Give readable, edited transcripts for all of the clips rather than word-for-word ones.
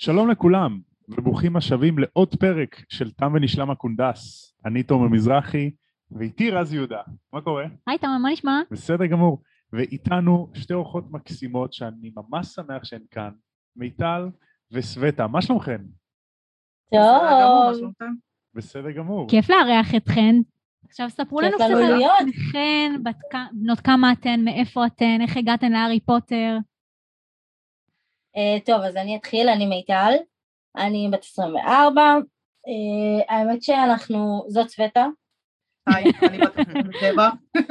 שלום לכולם, וברוכים השבים לעוד פרק של תם ונשלם הקונדס. אני תומר מזרחי, ואיתי רז יהודה. מה קורה? היי תומר, מה נשמע? בסדר גמור. ואיתנו שתי אורחות מקסימות שאני ממש שמח שהן כאן, מיטל וסווטה. מה שלומכן? טוב. בסדר גמור. כיף לארח אתכן. עכשיו ספרו לנו קצת על עצמכן, בנות כמה אתן, מאיפה אתן, איך הגעתן להארי פוטר. טוב, אז אני אתחיל, אני מיטל, אני בת 24, האמת זאת סווטה. היי, אני בת 27.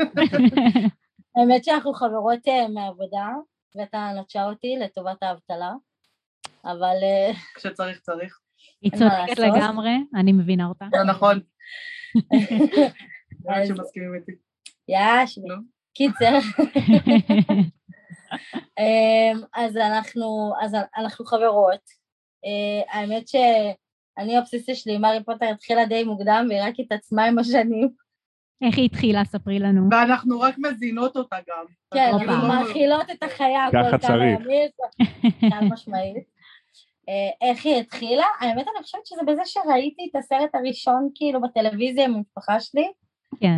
האמת שאנחנו חברות מעבודה, סווטה נטשה אותי לטובת האבטלה, אבל... כשצריך צריך. היא צודקת לגמרי, אני מבינה אותה. נכון. אני שמסכימים איתי. יש, קיצר. אז אנחנו חברות. האמת שאני האובססיה שלי עם הארי פוטר התחילה די מוקדם, והיא רק התעצמה עם השנים. איך היא התחילה? ספרי לנו. ואנחנו רק מזינות אותה גם. כן, אנחנו מאכילות את החיה כל כמה ימים. חד משמעית. איך היא התחילה? האמת אני חושבת שזה בזה שראיתי את הסרט הראשון כאילו בטלוויזיה עם המשפחה שלי. כן.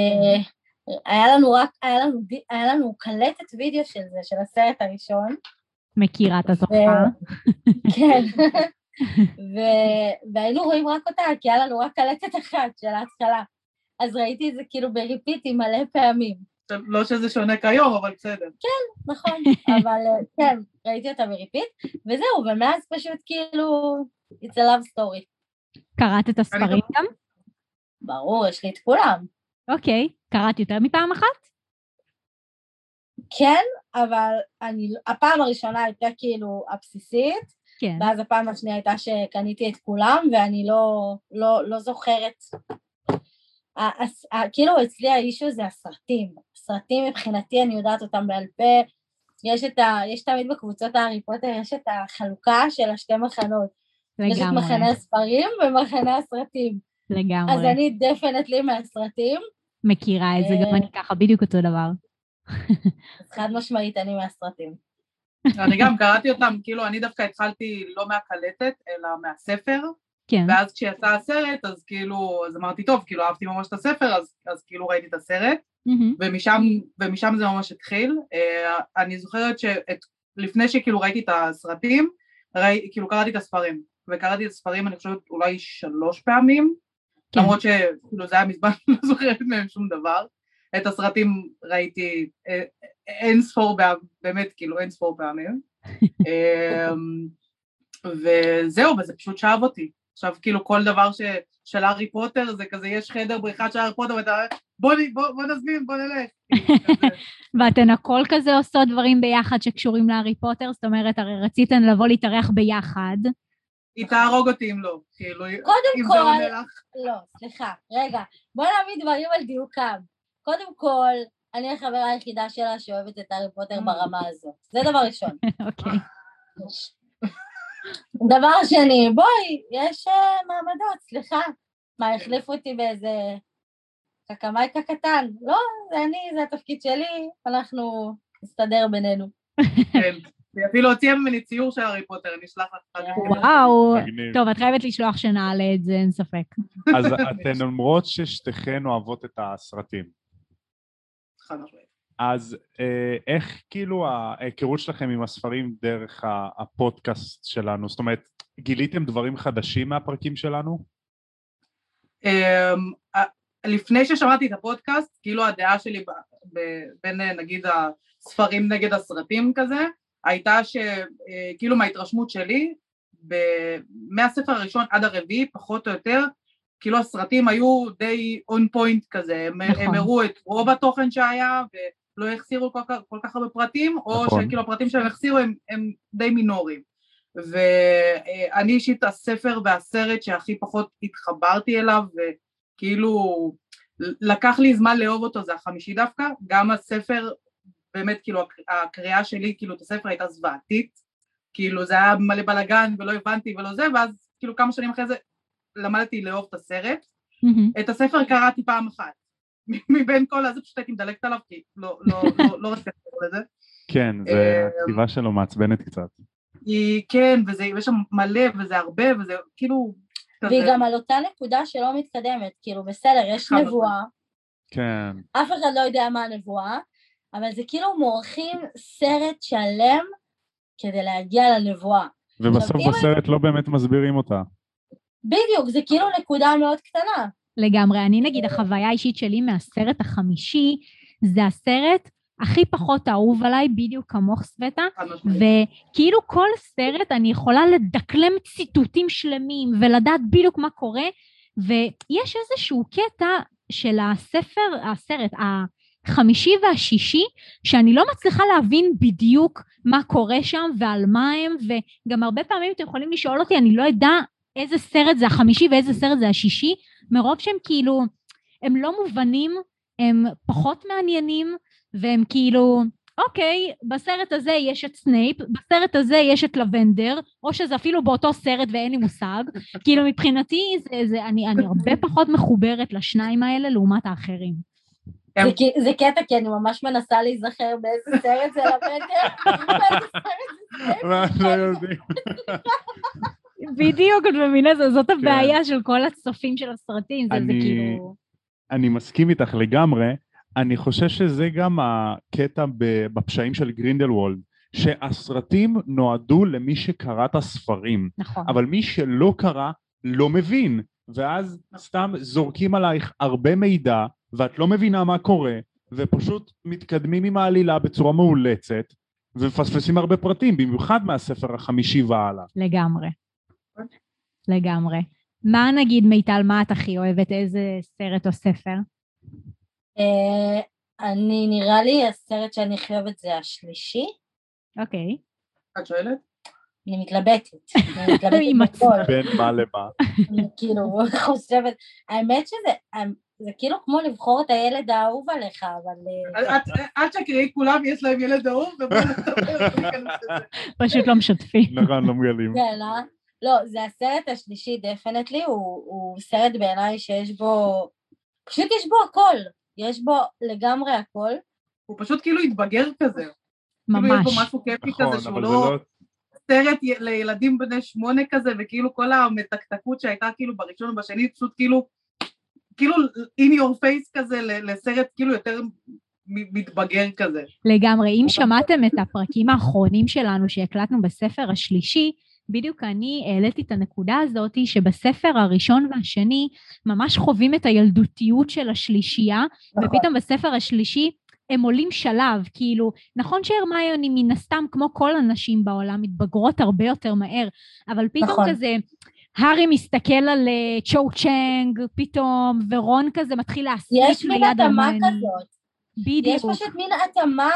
היה לנו קלטת וידאו של זה, של הסרט הראשון. מכירה את התופעה. כן. והיינו רואים רק אותה, כי היה לנו רק קלטת אחת של ההתחלה. אז ראיתי את זה כאילו בריפיטים מלא פעמים. לא שזה שונה כיום, אבל בסדר. כן, נכון. אבל כן, ראיתי אותה בריפיט, וזהו, ומאז פשוט כאילו, it's a love story. קראת את הספרים גם? ברור, יש לי את כולם. אוקיי, קראת יותר מפעם אחת? כן, אבל הפעם הראשונה הייתה כאילו הבסיסית, כן. ואז הפעם השנייה הייתה שקניתי את כולם, ואני לא זוכרת. כאילו אצלי האישו זה הסרטים. הסרטים מבחינתי אני יודעת אותם בעל פה. יש תמיד בקבוצות הארי פוטר, יש את החלוקה של השתי מחנות. לגמרי. יש את מחנה הספרים ומחנה הסרטים. לגמרי. אז אני דפנטלי מהסרטים. מכירה את זה, גם אני ככה בדיוק אותו דבר. אז חד משמעית אני מהסרטים. אני גם קראתי אותם, כאילו אני דווקא התחלתי לא מהקלטת, אלא מהספר. כן. ואז כשיצא הסרט, אז כאילו, אז אמרתי, טוב, כאילו אהבתי ממש את הספר, אז כאילו ראיתי את הסרט, ומשם זה ממש התחיל. אני זוכרת שלפני שכאילו ראיתי את הסרטים, כאילו קראתי את הספרים, וקראתי את הספרים אני חושבת אולי 3 פעמים, כן. למרות שכאילו זה היה מזמן, לא זוכרת מהם שום דבר. את הסרטים ראיתי אין ספור, באמת כאילו אין ספור פעמים, וזהו, וזה פשוט שאהב אותי. עכשיו כאילו כל דבר של הארי פוטר זה כזה, יש חדר בריחה של הארי פוטר ואתה בוא נזמין, בוא נלך. ואתן הכל כזה עושות דברים ביחד שקשורים להארי פוטר, זאת אומרת הרי רציתן לבוא להתארח ביחד. היא תהרוג אותי אם לא, כאילו קודם כל, לא, סליחה, רגע, בוא נעמיד דברים על דיוקם. קודם כל, אני החברה היחידה שלה שאוהבת את הארי פוטר ברמה הזו. זה דבר ראשון. אוקיי. דבר שני, בואי, יש מעמדות, סליחה. מה, החליפו אותי באיזה קקמייקה קטן? לא, זה אני, זה התפקיד שלי, אנחנו נסתדר בינינו. כן, אפילו הוציאה ממני ציור של הארי פוטר, אני אשלח לך. וואו, טוב, את חייבת לשלוח שנעלה את זה, אין ספק. אז אתן אומרות ששתיכן אוהבות את הסרטים. אז איך כאילו ההיכרות שלכם עם הספרים דרך הפודקאסט שלנו? זאת אומרת, גיליתם דברים חדשים מהפרקים שלנו? לפני ששמעתי את הפודקאסט, כאילו הדעה שלי בין נגיד הספרים נגד הסרטים כזה, הייתה שכאילו מההתרשמות שלי, מהספר הראשון עד הרביעי, פחות או יותר, כאילו הסרטים היו די on point כזה, הם הראו את רוב התוכן שהיה, ולא החסירו כל כך הרבה פרטים, או שכאילו הפרטים שהם החסירו הם די מינוריים. ואני אישית הספר והסרט שהכי פחות התחברתי אליו, וכאילו לקח לי זמן לאהוב אותו, זה החמישי דווקא, גם הספר, באמת כאילו הקריאה שלי, כאילו את הספר הייתה זוועתית, כאילו זה היה מלא בלגן ולא הבנתי ולא זה, ואז כאילו כמה שנים אחרי זה, למדתי לאהוב את הסרט, את הספר קראתי פעם אחת, מבין כל הזה פשוט הייתי מדלקת עליו, כי לא רציתי לזה. כן, זה הכתיבה שלו מעצבנת קצת. כן, ויש שם מלא, וזה הרבה, וזה כאילו... והיא גם על אותה נקודה שלא מתקדמת, כאילו בסדר, יש נבואה, כן. אף אחד לא יודע מה הנבואה, אבל זה כאילו מורחים סרט שלם כדי להגיע לנבואה. ובסוף בסרט לא באמת מסבירים אותה. בדיוק, זה כאילו נקודה מאוד קטנה. לגמרי, אני נגיד החוויה האישית שלי מהסרט החמישי, זה הסרט הכי פחות אהוב עליי, בדיוק כמוך סווטה, וכאילו כל סרט אני יכולה לדקלם ציטוטים שלמים, ולדעת בדיוק מה קורה, ויש איזשהו קטע של הסרט החמישי והשישי, שאני לא מצליחה להבין בדיוק מה קורה שם, ועל מה הם, וגם הרבה פעמים אתם יכולים לשאול אותי, אני לא יודע איזה סרט זה החמישי ואיזה סרט זה השישי, מרוב שהם כאילו, הם לא מובנים, הם פחות מעניינים, והם כאילו, אוקיי, בסרט הזה יש את סנייפ, בסרט הזה יש את לבנדר, או שזה אפילו באותו סרט ואין לי מושג, כאילו מבחינתי אני הרבה פחות מחוברת לשניים האלה לעומת האחרים. זה קטע, כי אני ממש מנסה להיזכר באיזה סרט זה לבנדר, באיזה סרט זה סנייפ. בדיוק, את מבינה, זאת הבעיה של כל הצופים של הסרטים, זה כאילו... אני מסכים איתך לגמרי, אני חושב שזה גם הקטע בפשעים של גרינדלוולד, שהסרטים נועדו למי שקרא את הספרים, נכון. אבל מי שלא קרא לא מבין, ואז סתם זורקים עלייך הרבה מידע, ואת לא מבינה מה קורה, ופשוט מתקדמים עם העלילה בצורה מאולצת, ופספסים הרבה פרטים, במיוחד מהספר החמישי והלאה. לגמרי. לגמרי. מה נגיד מיטל, מה את הכי אוהבת? איזה סרט או ספר? אני נראה לי הסרט שאני הכי אוהבת זה השלישי. אוקיי. את שואלת? אני מתלבטת. אני מתלבטת בכל. בין מה למה. אני כאילו חושבת, האמת שזה כאילו כמו לבחור את הילד האהוב עליך, אבל... עד שקראי כולם יש להם ילד אהוב, ובואו נדבר. פשוט לא משתפים. נכון, לא מגלים. כן, לא, זה הסרט השלישי, דפנטלי, הוא סרט בעיניי שיש בו, פשוט יש בו הכל, יש בו לגמרי הכל. הוא פשוט כאילו התבגר כזה. ממש. כאילו יש בו משהו כיפי כזה, שהוא לא סרט לילדים בני 8 כזה, וכאילו כל המתקתקות שהייתה כאילו בראשון ובשני, פשוט כאילו in your face כזה, לסרט כאילו יותר מתבגר כזה. לגמרי, אם שמעתם את הפרקים האחרונים שלנו שהקלטנו בספר השלישי, בדיוק אני העליתי את הנקודה הזאת שבספר הראשון והשני ממש חווים את הילדותיות של השלישייה, ופתאום בספר השלישי הם עולים שלב, כאילו, נכון שהרמיוני מן הסתם כמו כל הנשים בעולם מתבגרות הרבה יותר מהר, אבל פתאום כזה הארי מסתכל על צ'ו צ'נג פתאום, ורון כזה מתחיל להסליק ליד הרמיוני. יש מין התאמה כזאת. בדיוק. יש פשוט מין התאמה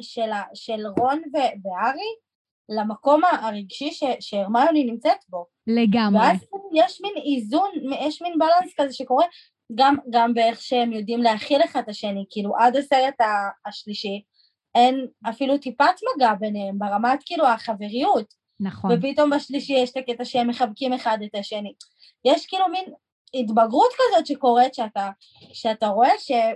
של רון והארי, למקום הרגשי שהרמיוני נמצאת בו. לגמרי. ואז יש מין איזון, יש מין בלנס כזה שקורה, גם באיך שהם יודעים להכיל אחד את השני, כאילו עד הסרט השלישי, אין אפילו טיפת מגע ביניהם, ברמת כאילו החבריות. נכון. ופתאום בשלישי יש את הקטע שהם מחבקים אחד את השני. יש כאילו מין התבגרות כזאת שקורית, שאתה רואה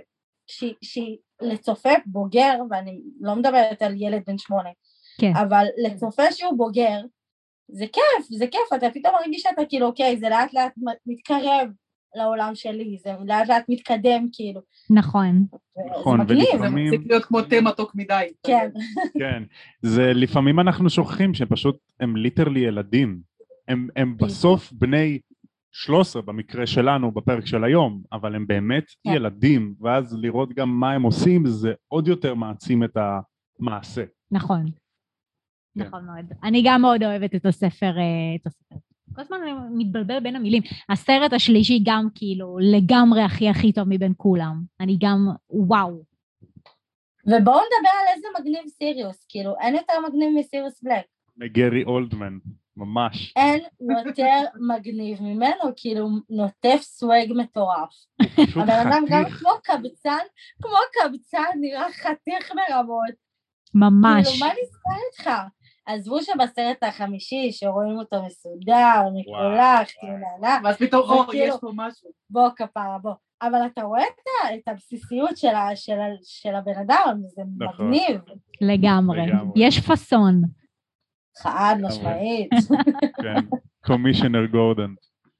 שהיא לצופה בוגר, ואני לא מדברת על ילד בן 8, כן. אבל לצופה שהוא בוגר, זה כיף, אתה פתאום מרגיש שאתה כאילו, אוקיי, זה לאט לאט מתקרב לעולם שלי, זה לאט לאט מתקדם כאילו. נכון. נכון, זה מפסיק להיות כמו תה מתוק מדי. כן. כן, זה לפעמים אנחנו שוכחים שפשוט הם ליטרלי ילדים, הם בסוף בני 13 במקרה שלנו בפרק של היום, אבל הם באמת ילדים, ואז לראות גם מה הם עושים, זה עוד יותר מעצים את המעשה. נכון. נכון מאוד. אני גם מאוד אוהבת את הספר, כל הזמן אני מתבלבל בין המילים. הסרט השלישי גם כאילו לגמרי הכי טוב מבין כולם. אני גם, וואו. ובואו נדבר על איזה מגניב סיריוס, כאילו אין יותר מגניב מסיריוס בלק. מגרי אולדמן, ממש. אין יותר מגניב ממנו, כאילו נוטף סווג מטורף. אבל אדם גם כמו קבצן נראה חתיך ברמות. ממש. כאילו מה נסתר איתך? עזבו שבסרט החמישי שרואים אותו מסודר, מקולח, כאילו, ואז פתאום, יש פה משהו. בוא כפרה, בוא. אבל אתה רואה את הבסיסיות של הבן אדם, זה מגניב. לגמרי. יש פסון. חד משמעית. כן, קומישיונר גורדון.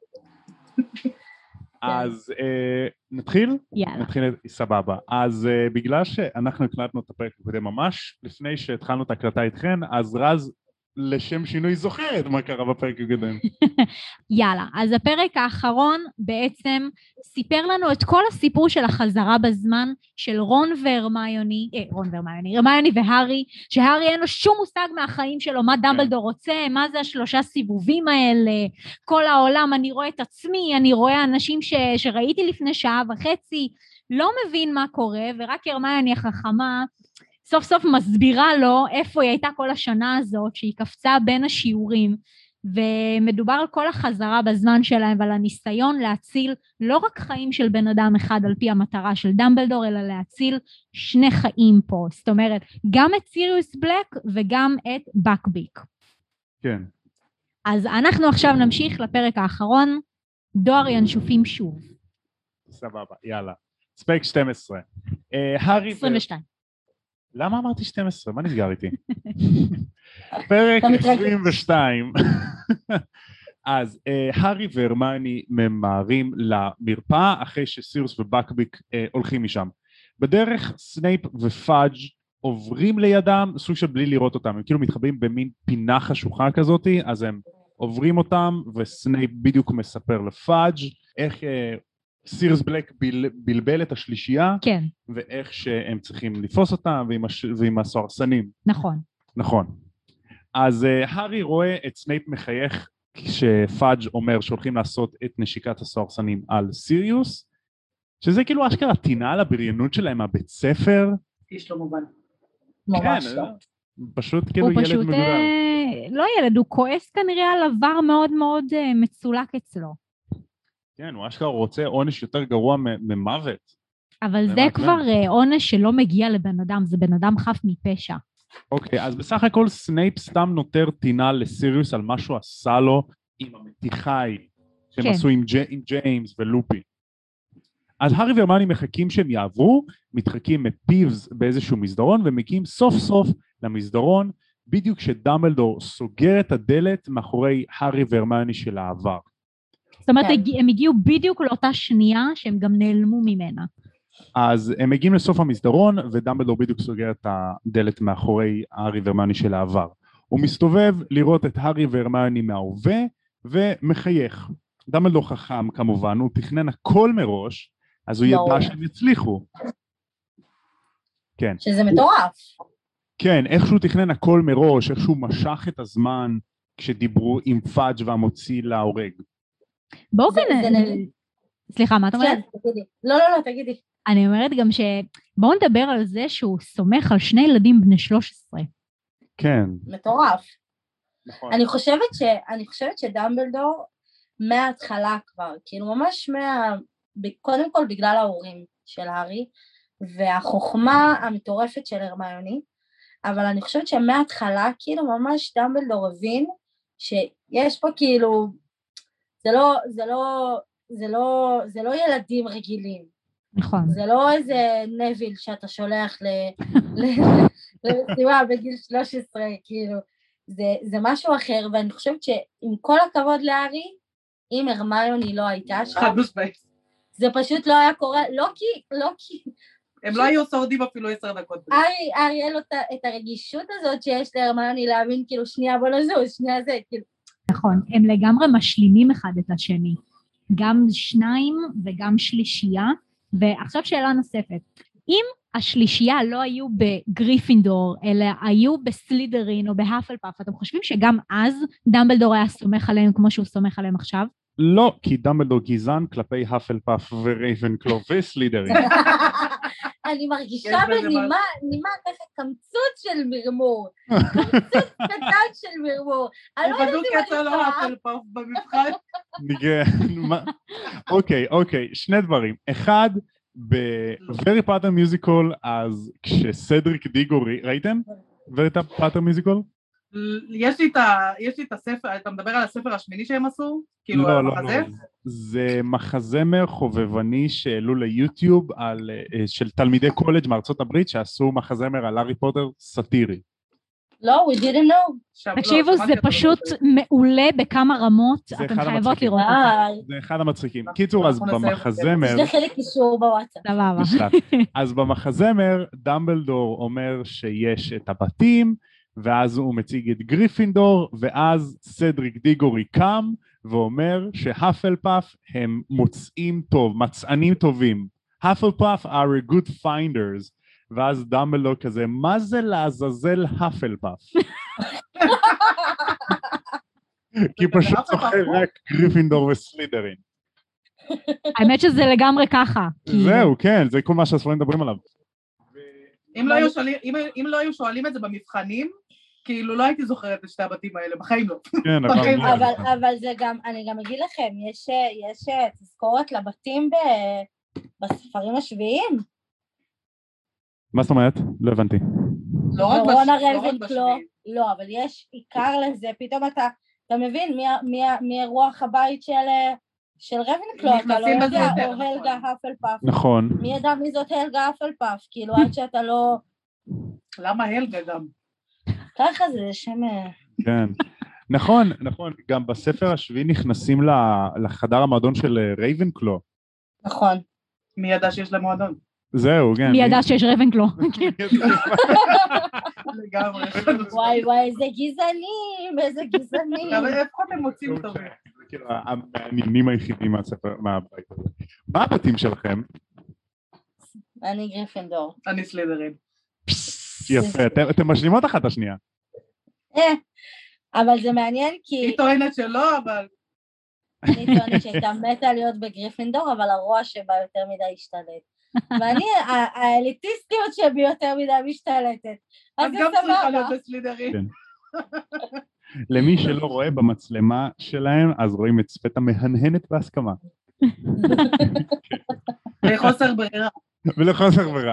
אז נתחיל? יאללה. נתחיל, סבבה. אז בגלל שאנחנו הקלטנו את הפרק הקודם ממש, לפני שהתחלנו את ההקלטה איתכן, אז רז לשם שינוי זוכרת מה קרה בפרק הקודם. יאללה, אז הפרק האחרון בעצם סיפר לנו את כל הסיפור של החזרה בזמן של הרמיוני והארי, שהארי אין לו שום מושג מהחיים שלו, מה דמבלדור רוצה, מה זה 3 סיבובים האלה, כל העולם, אני רואה את עצמי, אני רואה אנשים שראיתי לפני 1.5 שעה, לא מבין מה קורה, ורק הרמיוני החכמה, סוף סוף מסבירה לו איפה היא הייתה כל השנה הזאת, שהיא קפצה בין השיעורים, ומדובר על כל החזרה בזמן שלהם, ועל הניסיון להציל לא רק חיים של בן אדם אחד על פי המטרה של דמבלדור, אלא להציל 2 חיים פה, זאת אומרת, גם את סיריוס בלק וגם את בקביק. כן. אז אנחנו עכשיו נמשיך לפרק האחרון, דואר ינשופים שוב. סבבה, יאללה. ספק 12. הארי... 22. למה אמרתי 12? מה נסגר איתי? פרק 22. אז הארי והרמיוני ממהרים למרפאה אחרי שסיריוס ובקביק הולכים משם. בדרך סנייפ ופאג' עוברים לידם, סוג של בלי לראות אותם, הם כאילו מתחבאים במין פינה חשוכה כזאת, אז הם עוברים אותם וסנייפ בדיוק מספר לפאג' איך סיריוס בלק בלבל את השלישייה, כן. ואיך שהם צריכים לפוס אותם ועם הסוהרסנים. נכון. נכון. אז הארי רואה את סנייפ מחייך כשפאג' אומר שהולכים לעשות את נשיקת הסוהרסנים על סיריוס, שזה כאילו אשכרה טינה על הבריונות שלהם מהבית ספר. איש לא מובן. ממש כן, לא. פשוט כאילו הוא ילד פשוט, מגודל. לא ילד, הוא כועס כנראה על עבר מאוד מאוד מצולק אצלו. כן, הוא אשכרה רוצה עונש יותר גרוע ממוות. אבל זה מעצבן. כבר עונש שלא מגיע לבן אדם, זה בן אדם חף מפשע. אוקיי, אז בסך הכל סנייפ סתם נותר טינה לסיריוס על מה שהוא עשה לו עם המתיחה ההיא, שהם כן. עשו עם ג'יימס ולופי. אז הארי והרמיוני מחכים שהם יעברו, מתחקים את פיבס באיזשהו מסדרון, ומגיעים סוף סוף למסדרון, בדיוק כשדמבלדור סוגר את הדלת מאחורי הארי והרמיוני של העבר. זאת אומרת, כן. הם הגיעו בדיוק לאותה שנייה שהם גם נעלמו ממנה. אז הם מגיעים לסוף המסדרון, ודמבלדור בדיוק סוגר את הדלת מאחורי הארי והרמיוני של העבר. הוא מסתובב לראות את הארי והרמיוני מההווה, ומחייך. דמבלדור חכם כמובן, הוא תכנן הכל מראש, אז הוא ידע שהם יצליחו. כן. שזה מטורף. כן, איכשהו תכנן הכל מראש, איכשהו משך את הזמן כשדיברו עם פאג' והמוציא להורג. בואו זה כאן... סליחה, מה את אומרת? כן, תגידי. לא, תגידי. אני אומרת גם בואו נדבר על זה שהוא סומך על 2 ילדים בני 13. כן. מטורף. נכון. אני חושבת שדמבלדור מההתחלה כבר, כאילו ממש קודם כל בגלל ההורים של הארי, והחוכמה המטורפת של הרמיוני, אבל אני חושבת שמההתחלה כאילו ממש דמבלדור הבין שיש פה כאילו, זה לא ילדים רגילים. נכון. זה לא איזה נביל שאתה שולח למשימה בגיל 13, כאילו, זה משהו אחר, ואני חושבת שעם כל הכבוד להארי, אם הרמיוני לא הייתה שם, זה פשוט לא היה קורה, לא כי... הם לא היו שורדים אפילו 10 דקות. הארי אין לו את הרגישות הזאת שיש להרמיוני להבין, כאילו, שנייה בוא נזוז, שנייה זה, כאילו. נכון, הם לגמרי משלימים אחד את השני. גם 2 וגם שלישייה, ועכשיו שאלה נוספת. אם השלישייה לא היו בגריפינדור, אלא היו בסלידרין או בהאפלפאף, אתם חושבים שגם אז דמבלדור היה סומך עליהם כמו שהוא סומך עליהם עכשיו? לא, כי דמבלדור גזען כלפי האפלפאף ורייבנקלו וסלידרין. אני מרגישה בנימה ככה קמצות של מרמור. קמצות קטן של מרמור. הוא בדוק יצא לו האפלפאף במבחן. אוקיי, 2 דברים. אחד, ב-Very Potter Musical, אז כשסדריק דיגורי, ראיתם? Very Potter Musical? יש לי את הספר, אתה מדבר על הספר השמיני שהם עשו? כאילו המחזה? זה מחזמר חובבני שהעלו ליוטיוב של תלמידי קולג' מארצות הברית שעשו מחזמר על הארי פוטר סאטירי. לא, we didn't know. תקשיבו, זה פשוט מעולה בכמה רמות, זה אתם אחד חייבות המצחיקים. לראות את זה. זה אחד המצחיקים. קיצור, אז במחזמר... יש לי קישור בוואטסאפ. סבבה. נשלח. אז במחזמר דמבלדור אומר שיש את הבתים, ואז הוא מציג את גריפינדור, ואז סדריק דיגורי קם ואומר שהאפלפאף הם מוצאים טוב, מצענים טובים. האפלפאף are a good finders. ואז דמבלדור כזה, מה זה לעזאזל האפלפאף? כי פשוט זוכר רק גריפינדור וסלידרין. האמת שזה לגמרי ככה. זהו, כן, זה כל מה שהספרים מדברים עליו. אם לא היו שואלים את זה במבחנים, כאילו לא הייתי זוכרת את שתי הבתים האלה, בחיים לא. כן, אבל זה גם, אני גם אגיד לכם, יש תזכורת לבתים בספרים השביעיים. מה זאת אומרת? לא הבנתי. לא רק בשביעי. לא, אבל יש עיקר לזה, פתאום אתה מבין מי רוח הבית של רייבנקלו, אתה לא יודע, או הלגה האפלפאף. נכון. מי ידע מי זאת הלגה האפלפאף, כאילו עד שאתה לא... למה הלגה גם? ככה זה שם... כן. נכון, גם בספר השביעי נכנסים לחדר המועדון של רייבנקלו. נכון. מי ידע שיש להם מועדון? זהו, כן. מי ידע שיש רייבנקלו? לגמרי. וואי, איזה גזענים. אבל איפה אתם מוצאים טובים? זה כאילו המעניינים היחידים מהבית הזה. מה הבתים שלכם? אני גריפינדור. אני סלידרין. יפה, אתם משלימות אחת השנייה. אבל זה מעניין כי... היא טוענת שלא, אבל... אני טוענת שהייתה מתה להיות בגריפינדור, אבל הרוע שבה יותר מדי השתלט. ואני, האליטיסטיות שבי יותר מדי משתלטת. אז גם צריכה להיות בסלידרין. למי שלא רואה במצלמה שלהם, אז רואים את ספטה מהנהנת בהסכמה. לחוסר ברירה. ולחוסר ברירה.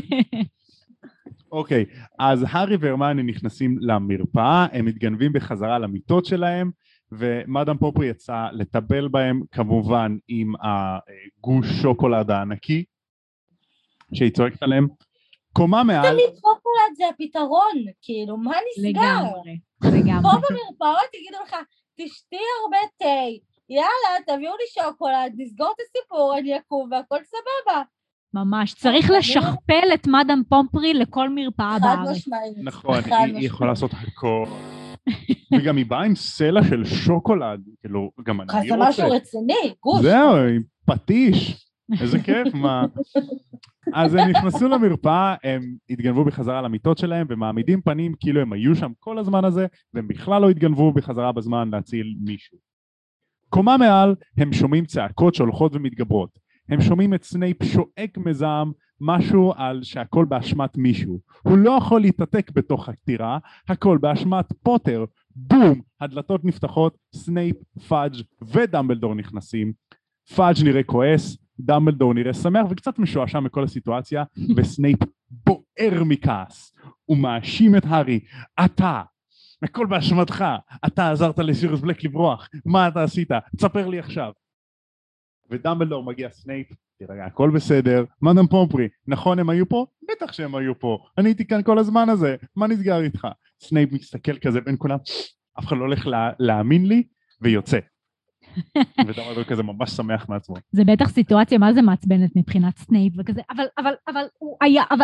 אוקיי, אז הארי והרמיוני נכנסים למרפאה, הם מתגנבים בחזרה למיטות שלהם, ומאדם פופרי יצא לטבל בהם, כמובן עם הגוש שוקולד הענקי, שהיא צועקת עליהם. קומה מעל... תמיד שוקולד זה הפתרון, כאילו, מה נסגר? לגמרי. פה במרפאות יגידו לך, תשתי הרבה תה, יאללה, תביאו לי שוקולד, נסגור את הסיפור, אני אקום והכל סבבה. ממש, צריך לשכפל את מאדם פומפרי לכל מרפאה בארץ. חד משמעית. נכון, היא יכולה לעשות הכל. וגם היא באה עם סלע של שוקולד, כאילו, גם אני רוצה. זה משהו רציני, גוש. זהו, עם פטיש. איזה כיף, מה? אז הם נכנסו למרפאה, הם התגנבו בחזרה למיטות שלהם, ומעמידים פנים כאילו הם היו שם כל הזמן הזה, והם בכלל לא התגנבו בחזרה בזמן להציל מישהו. קומה מעל, הם שומעים צעקות שהולכות ומתגברות. הם שומעים את סנייפ שואק מזעם משהו על שהכל באשמת מישהו. הוא לא יכול להתעתק בתוך הכתירה, הכל באשמת פוטר. בום! הדלתות נפתחות, סנייפ, פאג' ודמבלדור נכנסים. פאג' נראה כועס, דמבלדור נראה שמח וקצת משועשע מכל הסיטואציה, וסנייפ בוער מכעס. הוא מאשים את הארי, אתה, הכל באשמתך, אתה עזרת לסיריוס בלק לברוח, מה אתה עשית? תספר לי עכשיו. ודמבלדור מגיע, סנייפ, תרגע, הכל בסדר, מאדם פומפרי, נכון הם היו פה? בטח שהם היו פה, אני הייתי כאן כל הזמן הזה, מה נסגר איתך? סנייפ מסתכל כזה בין כולם, אף אחד לא הולך להאמין לי, ויוצא. ודמבלדור כזה ממש שמח מעצמו. זה בטח סיטואציה מה זה מעצבנת מבחינת סנייפ, וכזה, אבל הוא היה, אבל,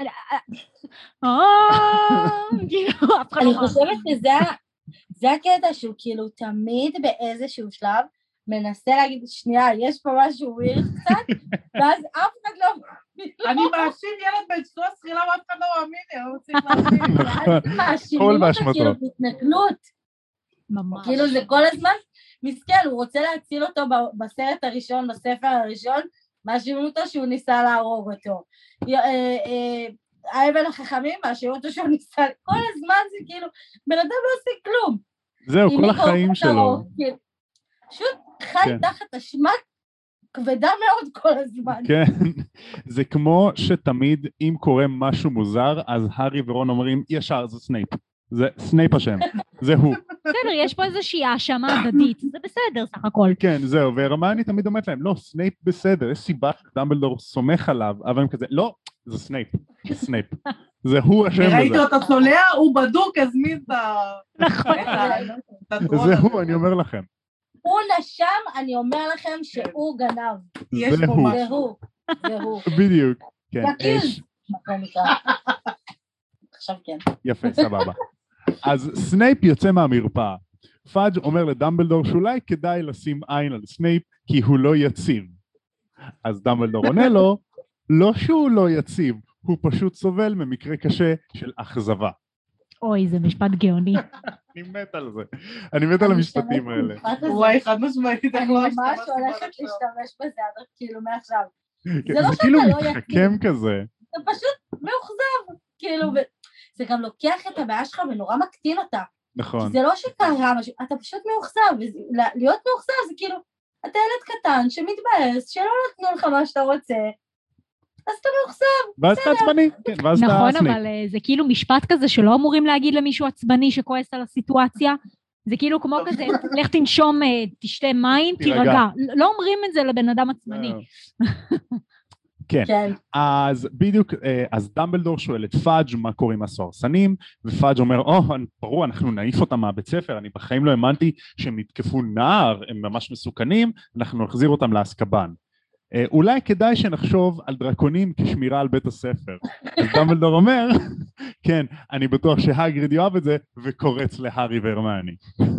אני חושבת שזה הקטע שהוא כאילו תמיד באיזשהו שלב, מנסה להגיד, שנייה, יש פה משהו ווירד קצת, ואז אף אחד לא... אני מאשים ילד בן 13, למה אף אחד לא מאמין, אני רוצה להאמין. מאשימים אותו כאילו בהתנכלות. ממש. כאילו זה כל הזמן, מסכן, הוא רוצה להציל אותו בסרט הראשון, בספר הראשון, מאשימים אותו שהוא ניסה להרוג אותו. האבן החכמים, מאשימים אותו שהוא ניסה, כל הזמן זה כאילו, בן אדם לא עושה כלום. זהו, כל החיים שלו. פשוט חי תחת אשמה כבדה מאוד כל הזמן. כן, זה כמו שתמיד אם קורה משהו מוזר, אז הארי ורון אומרים, ישר, זה סנייפ. זה סנייפ השם, זה הוא. בסדר, יש פה איזושהי האשמה הדדית, זה בסדר סך הכל. כן, זהו, והרמיוני תמיד אומרת להם, לא, סנייפ בסדר, יש סיבה שדמבלדור סומך עליו, אבל הם כזה, לא, זה סנייפ, זה סנייפ. זה הוא השם בזה. ראיתי אותו צולע, הוא בדוק, הזמין את נכון. הטרול זה הזה. הוא, אני אומר לכם. הוא נשם, אני אומר לכם שהוא גנב. יש זה פה הוא. זה משהו. הוא, זה הוא. בדיוק. כן, יקיז. מה נקרא? עכשיו כן. יפה, סבבה. אז סנייפ יוצא מהמרפאה. פאג' אומר לדמבלדור שאולי כדאי לשים עין על סנייפ כי הוא לא יציב. אז דמבלדור עונה לו, לא שהוא לא יציב, הוא פשוט סובל ממקרה קשה של אכזבה. אוי, זה משפט גאוני. אני מת על זה. אני מת על המשפטים האלה. וואי, חד משמעית, אני איך לא ממש השתמשתי הולכת בזה. להשתמש בזה עד כאילו מעכשיו. כן, זה לא זה כאילו שאתה לא מתחכם כזה. זה פשוט מאוכזב. כאילו, זה גם לוקח את הבעיה שלך ונורא מקטין אותה. נכון. זה לא שקרה משהו, אתה פשוט מאוכזב. להיות מאוכזב זה כאילו, אתה ילד קטן שמתבאס, שלא נתנו לך מה שאתה רוצה, אז אתה מאוכזב. ואז אתה עצבני. כן, ואז אתה נכון, סנייפ. אבל זה כאילו משפט כזה שלא אמורים להגיד למישהו עצבני שכועס על הסיטואציה. זה כאילו כמו כזה, לך תנשום, תשתה מים, תירגע. לא אומרים את זה לבן אדם עצבני. כן. כן. אז בדיוק, אז דמבלדור שואל את פאג' מה קורה עם הסוהרסנים, ופאג' אומר, ברור, אנחנו נעיף אותם מהבית ספר, אני בחיים לא האמנתי שהם יתקפו נער, הם ממש מסוכנים, אנחנו נחזיר אותם לאסקבן. אולי כדאי שנחשוב על דרקונים כשמירה על בית הספר. אז דמבלדור אומר, כן, אני בטוח שהגריד יאהב את זה, וקורץ להארי והרמיוני.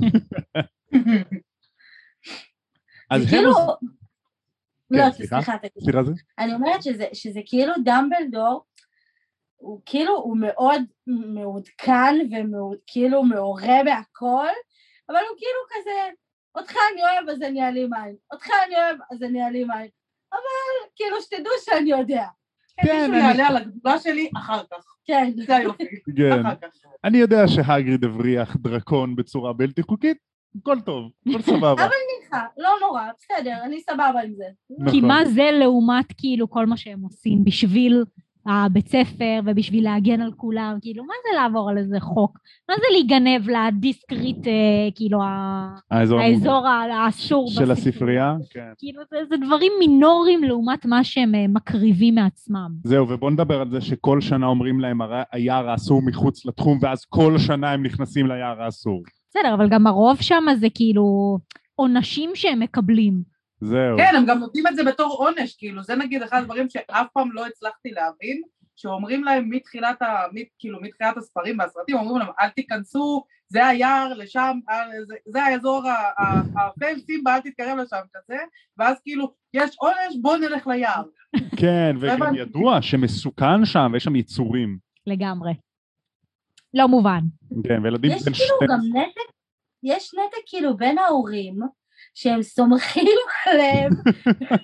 אז זה כאילו... לא, סליחה? סליחה. אני אומרת שזה כאילו דמבלדור, הוא כאילו, הוא מאוד מעודכן וכאילו מעורה בהכל, אבל הוא כאילו כזה, אותך אני אוהב אז אני אעלים עין, אותך אני אוהב אז אני אעלים עין, אבל כאילו שתדעו שאני יודע. כן, מישהו יעלה על הגדולה שלי אחר כך. כן. זה היופי. אחר כך. אני יודע שהגריד הבריח דרקון בצורה בלתי חוקית, הכל טוב, הכל סבבה. אבל ניחה, לא נורא, בסדר, אני סבבה עם זה. כי מה זה לעומת כאילו כל מה שהם עושים בשביל הבית ספר ובשביל להגן על כולם, כאילו מה זה לעבור על איזה חוק? מה זה להיגנב לדיסקריט, כאילו האזור האסור של הספרייה? כאילו זה דברים מינוריים לעומת מה שהם מקריבים מעצמם. זהו, ובוא נדבר על זה שכל שנה אומרים להם היער האסור מחוץ לתחום, ואז כל שנה הם נכנסים ליער האסור. בסדר, אבל גם הרוב שם זה כאילו עונשים שהם מקבלים. זהו. כן, הם גם נותנים את זה בתור עונש, כאילו, זה נגיד אחד הדברים שאף פעם לא הצלחתי להבין, שאומרים להם מתחילת הספרים והסרטים, אומרים להם, אל תיכנסו, זה היער לשם, זה האזור האפל, סימבה, אל תתקרב לשם כזה, ואז כאילו, יש עונש, בוא נלך ליער. כן, וגם ידוע שמסוכן שם, ויש שם יצורים. לגמרי. לא מובן. כן, וילדים יש כאילו גם נתק, יש נתק כאילו בין ההורים, שהם סומכים עליהם 100%,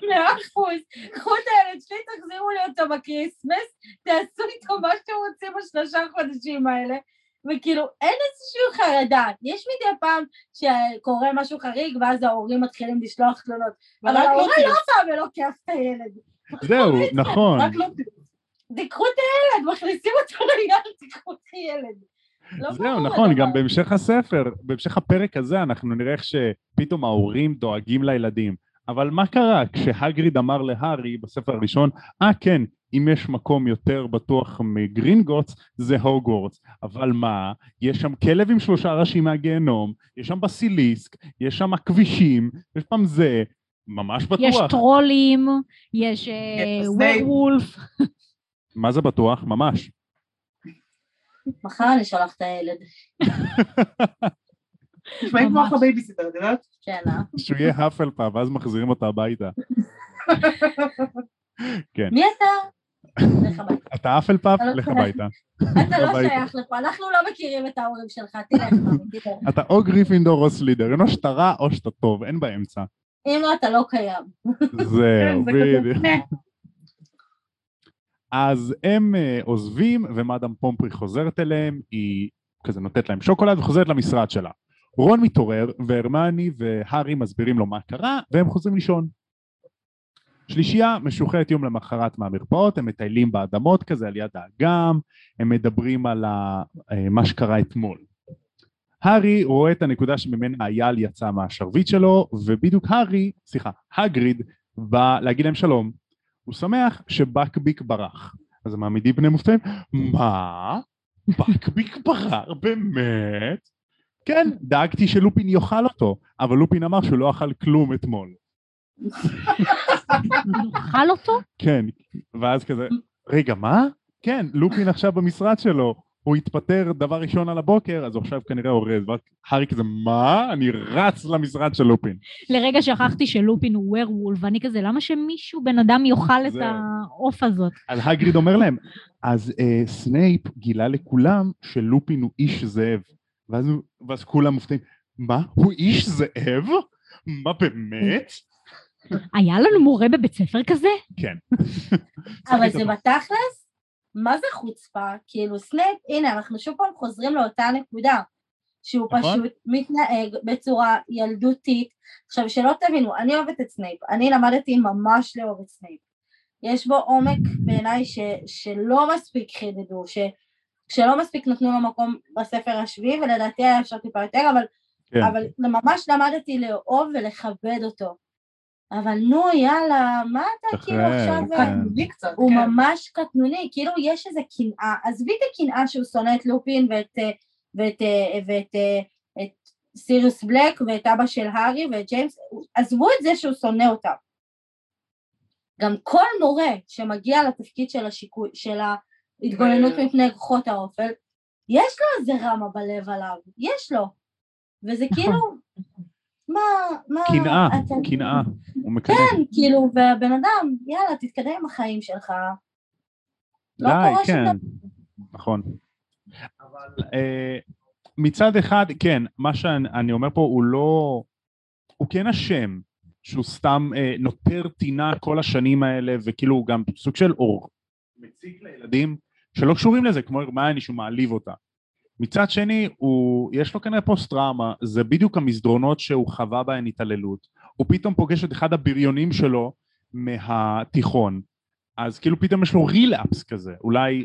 קחו את הילד שלי, תחזירו לי אותו בקריסמס, תעשו איתו מה שאתם רוצים בשלושה חודשים האלה, וכאילו אין איזושהי חרדה, יש מדי פעם שקורה משהו חריג, ואז ההורים מתחילים לשלוח תלונות, אבל ההורה לא פעם ולוקח את הילד. זהו, נכון. תיקחו את הילד, מכניסים אותו ליד, תיקחו את הילד. זהו, נכון, גם בהמשך הספר, בהמשך הפרק הזה אנחנו נראה איך שפתאום ההורים דואגים לילדים. אבל מה קרה כשהגריד אמר להארי בספר הראשון, כן, אם יש מקום יותר בטוח מגרינגוטס זה הוגוורטס, אבל מה, יש שם כלב עם 3 ראשים מהגיהנום, יש שם בסיליסק, יש שם כבישים, יש פעם זה, ממש בטוח. יש טרולים, יש ווירולף. מה זה בטוח? ממש. מחר אני שולח את הילד. נשמעים כמו אחלה בייביסיטר, את יודעת? כן, שהוא יהיה האפלפאף, ואז מחזירים אותה הביתה. מי אתה? לך הביתה. אתה האפלפאף? לך הביתה. אתה לא שייך לפה, אנחנו לא מכירים את ההורים שלך, תלך. אתה או גריפינדור או סלידר, או שאתה רע או שאתה טוב, אין באמצע. אם לא, אתה לא קיים. זהו, בדיוק. אז הם עוזבים, ומאדם פומפרי חוזרת אליהם, היא כזה נותנת להם שוקולד וחוזרת למשרד שלה. רון מתעורר, והרמיוני והארי מסבירים לו מה קרה, והם חוזרים לישון. שלישייה משוחררת יום למחרת מהמרפאות, הם מטיילים באדמות כזה על יד האגם, הם מדברים על מה שקרה אתמול. הארי רואה את הנקודה שממנה אייל יצא מהשרביט שלו, ובדיוק הגריד בא להגיד להם שלום. הוא שמח שבקביק ברח. אז הם מעמידים פני מופתעים, מה? בקביק ברר, באמת? כן, דאגתי שלופין יאכל אותו, אבל לופין אמר שהוא לא אכל כלום אתמול. יאכל אותו? כן, ואז כזה, רגע, מה? כן, לופין עכשיו במשרד שלו, הוא התפטר דבר ראשון על הבוקר, אז הוא עכשיו כנראה אורז, ואז הארי כזה, מה? אני רץ למשרד של לופין. לרגע שכחתי שלופין הוא ווירוולף, ואני כזה, למה שמישהו, בן אדם, יאכל את העוף הזאת? אז הגריד אומר להם, אז סנייפ גילה לכולם שלופין הוא איש זאב, ואז כולם מופתעים, מה? הוא איש זאב? מה באמת? היה לנו מורה בבית ספר כזה? כן. אבל זה בתכלס? מה זה חוצפה? כאילו סנייפ, הנה אנחנו שוב פעם חוזרים לאותה נקודה, שהוא פשוט מתנהג בצורה ילדותית. עכשיו שלא תבינו, אני אוהבת את סנייפ, אני למדתי ממש לאהוב את סנייפ. יש בו עומק בעיניי שלא מספיק חידדו, שלא מספיק נתנו לו מקום בספר השביעי, ולדעתי היה אפשר טיפה יותר, אבל ממש למדתי לאהוב ולכבד אותו. אבל נו יאללה, מה אתה כאילו עכשיו, קטנוני קצת, הוא ממש קטנוני, כאילו יש איזה קנאה, עזבי את הקנאה שהוא שונא את לופין ואת סיריוס בלק ואת אבא של הארי ואת ג'יימס, עזבו את זה שהוא שונא אותם. גם כל מורה שמגיע לתפקיד של השיקוי, של ההתגוננות מפני כוחות האופל, יש לו איזה רמה בלב עליו, יש לו, וזה כאילו, מה, קנאה, הוא מקדם. כן, כאילו, והבן אדם, יאללה, תתקדם עם החיים שלך. לא קורה כן, נכון. אבל מצד אחד, כן, מה שאני אומר פה הוא לא, הוא כן אשם, שהוא סתם נותר טינה כל השנים האלה, וכאילו הוא גם סוג של אור, מציג לילדים שלא קשורים לזה, כמו הרמיוני שהוא מעליב אותה. מצד שני, יש לו כנראה פוסט-טראומה, זה בדיוק המסדרונות שהוא חווה בהן התעללות, הוא פתאום פוגש את אחד הבריונים שלו מהתיכון, אז כאילו פתאום יש לו רילאפס כזה, אולי,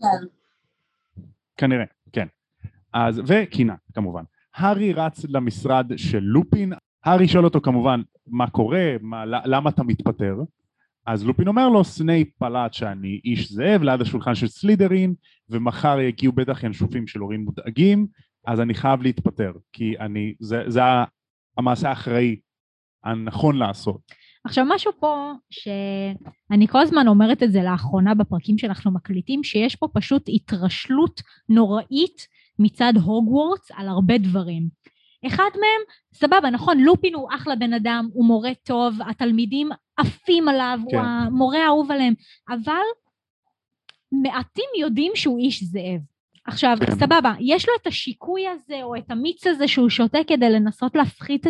כנראה, כן. אז, וקינה, כמובן. הארי רץ למשרד של לופין, הארי שואל אותו כמובן, מה קורה, למה אתה מתפטר? אז לופין אומר לו, סנייפ פלט שאני איש זאב ליד השולחן של סלידרין, ומחר יגיעו בטח ינשופים של הורים מודאגים, אז אני חייב להתפטר, כי זה המעשה האחראי הנכון לעשות. עכשיו משהו פה, שאני כל הזמן אומרת את זה לאחרונה בפרקים שאנחנו מקליטים, שיש פה פשוט התרשלות נוראית מצד הוגוורטס על הרבה דברים. אחד מהם, סבבה, נכון, לופין הוא אחלה בן אדם, הוא מורה טוב, התלמידים עפים עליו, כן. הוא המורה האהוב עליהם, אבל מעטים יודעים שהוא איש זאב. עכשיו, כן. סבבה, יש לו את השיקוי הזה, או את המיץ הזה שהוא שותה כדי לנסות להפחית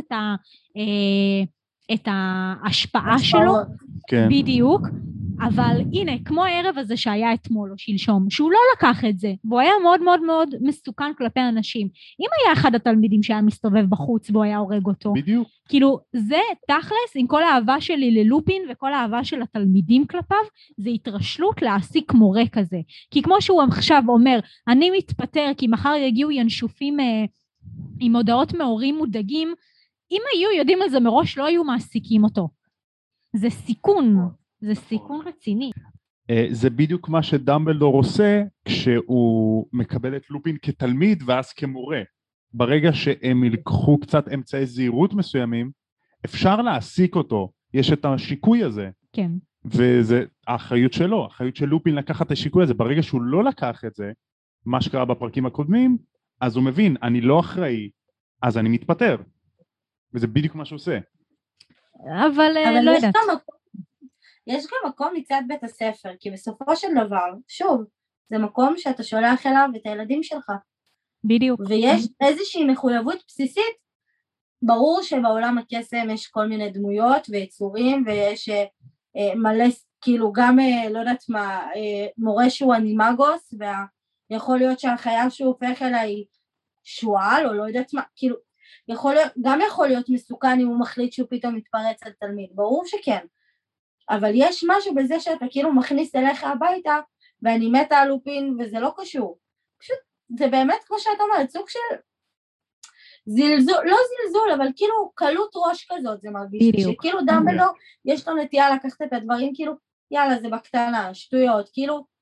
את ההשפעה שלו, כן. בדיוק, אבל הנה, כמו הערב הזה שהיה אתמול או שלשום, שהוא לא לקח את זה, והוא היה מאוד מאוד מאוד מסוכן כלפי אנשים. אם היה אחד התלמידים שהיה מסתובב בחוץ והוא היה הורג אותו, בדיוק. כאילו זה תכלס, עם כל האהבה שלי ללופין וכל האהבה של התלמידים כלפיו, זה התרשלות להעסיק מורה כזה. כי כמו שהוא עכשיו אומר, אני מתפטר כי מחר יגיעו ינשופים עם הודעות מהורים מודאגים, אם היו יודעים על זה מראש לא היו מעסיקים אותו. זה סיכון. זה סיכון רציני. זה בדיוק מה שדמבלדור עושה כשהוא מקבל את לופין כתלמיד ואז כמורה. ברגע שהם ילקחו קצת אמצעי זהירות מסוימים, אפשר להעסיק אותו, יש את השיקוי הזה. כן. וזה האחריות שלו, האחריות של לופין לקחת את השיקוי הזה. ברגע שהוא לא לקח את זה, מה שקרה בפרקים הקודמים, אז הוא מבין, אני לא אחראי, אז אני מתפטר. וזה בדיוק מה שהוא עושה. אבל לא יודעת. יש גם מקום מצד בית הספר, כי בסופו של דבר, שוב, זה מקום שאתה שולח אליו את הילדים שלך. בדיוק. ויש איזושהי מחויבות בסיסית, ברור שבעולם הקסם יש כל מיני דמויות ויצורים, ויש מלא, כאילו גם, לא יודעת מה, מורה שהוא אנימגוס, ויכול להיות שהחיה שהוא הופך אליה היא שועל, או לא יודעת מה, כאילו, גם יכול להיות מסוכן אם הוא מחליט שהוא פתאום מתפרץ על תלמיד, ברור שכן. אבל יש משהו בזה שאתה כאילו מכניס אליך הביתה, ואני מתה על לופין, וזה לא קשור. פשוט, זה באמת, כמו שאתה אומרת, סוג של זלזול, לא זלזול, אבל כאילו קלות ראש כזאת, זה מרגיש. בדיוק. שכאילו דמבלדור, יש לו נטייה לקחת את הדברים, כאילו, יאללה, זה בקטנה, שטויות, כאילו,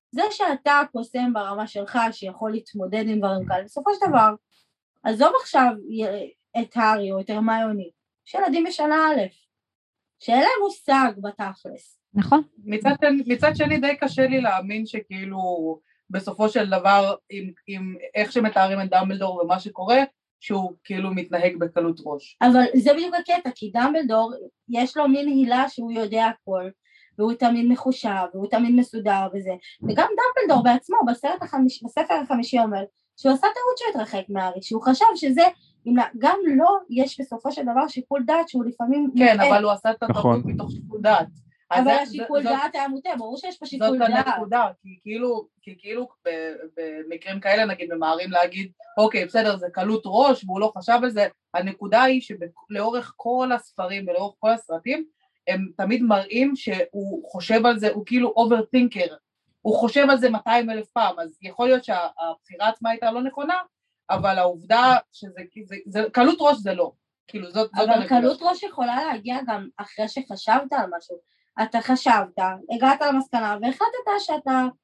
זה שאתה קוסם ברמה שלך, שיכול להתמודד עם דברים כאלה, בסופו של דבר, עזוב עכשיו את הארי או את הרמיוני, שילדים בשנה א', שאין להם מושג בתכלס. נכון. מצד שני די קשה לי להאמין שכאילו בסופו של דבר עם איך שמתארים את דמבלדור ומה שקורה, שהוא כאילו מתנהג בקלות ראש. אבל זה בדיוק הקטע, כי דמבלדור יש לו מין הילה שהוא יודע הכל, והוא תמיד מחושב, והוא תמיד מסודר וזה, וגם דמבלדור בעצמו בספר החמישי אומר, שהוא עשה טעות שהוא התרחק מהארי, שהוא חשב שזה, גם לא יש בסופו של דבר שיקול דעת שהוא לפעמים... כן, אבל הוא עשה את הטעות מתוך שיקול דעת. אבל השיקול דעת היה מוטה, ברור שיש פה שיקול דעת. זאת הנקודה, כי כאילו במקרים כאלה נגיד ממהרים להגיד, אוקיי בסדר זה קלות ראש והוא לא חשב על זה, הנקודה היא שלאורך כל הספרים ולאורך כל הסרטים, הם תמיד מראים שהוא חושב על זה, הוא כאילו overthinker, הוא חושב על זה 200,000 פעם, אז יכול להיות שהבחירה עצמה הייתה לא נכונה, אבל העובדה שזה, קלות ראש זה לא, כאילו זאת הנקודה. אבל קלות ראש יכולה להגיע גם אחרי שחשבת על משהו, אתה חשבת, הגעת למסקנה והחלטת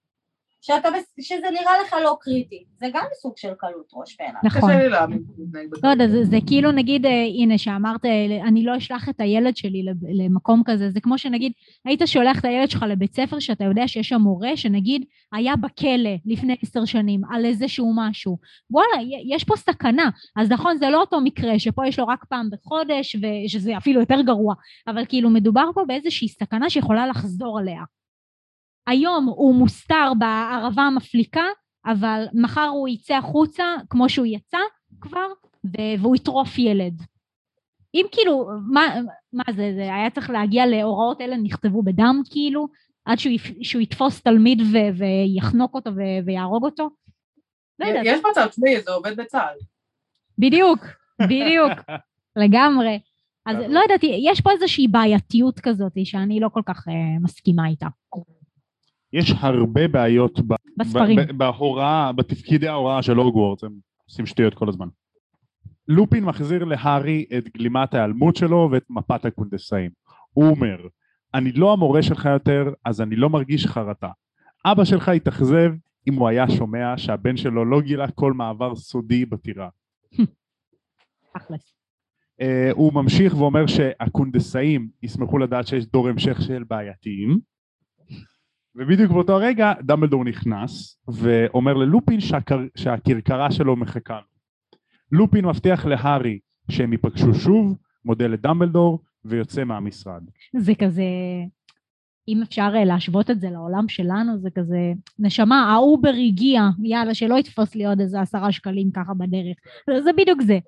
שזה נראה לך לא קריטי, זה גם סוג של קלות ראש בעיניי. נכון. קשה לי להאמין. לא יודע, זה כאילו נגיד, הנה שאמרת, אני לא אשלח את הילד שלי למקום כזה, זה כמו שנגיד, היית שולח את הילד שלך לבית ספר שאתה יודע שיש שם מורה שנגיד היה בכלא לפני 10 שנים על איזשהו משהו, וואלה, יש פה סכנה, אז נכון זה לא אותו מקרה שפה יש לו רק פעם בחודש ושזה אפילו יותר גרוע, אבל כאילו מדובר פה באיזושהי סכנה שיכולה לחזור עליה. היום הוא מוסתר בערבה המפליקה, אבל מחר הוא יצא החוצה כמו שהוא יצא כבר, והוא יטרוף ילד. אם כאילו, מה זה היה צריך להגיע להוראות אלה נכתבו בדם כאילו, עד שהוא יתפוס תלמיד ויחנוק אותו ויהרוג אותו? לא יודעת. יש מצב שלי, זה עובד בצה"ל. בדיוק, לגמרי. אז לא יודעת, יש פה איזושהי בעייתיות כזאת שאני לא כל כך מסכימה איתה. יש הרבה בעיות בספרים. בהוראה, בתפקידי ההוראה של הוגוורטס, הם עושים שטויות כל הזמן. לופין מחזיר להארי את גלימת ההיעלמות שלו ואת מפת הקונדסאים. הוא אומר, אני לא המורה שלך יותר, אז אני לא מרגיש חרטה. אבא שלך יתאכזב אם הוא היה שומע שהבן שלו לא גילה כל מעבר סודי בטירה. הוא ממשיך ואומר שהקונדסאים ישמחו לדעת שיש דור המשך של בעייתיים, ובדיוק באותו הרגע דמבלדור נכנס ואומר ללופין שהכרכרה שלו מחכה לו. לופין מבטיח להארי שהם ייפגשו שוב, מודה לדמבלדור ויוצא מהמשרד. זה כזה, אם אפשר להשוות את זה לעולם שלנו, זה כזה, נשמה, האובר הגיע, יאללה שלא יתפוס לי עוד איזה 10 שקלים ככה בדרך. זה בדיוק זה.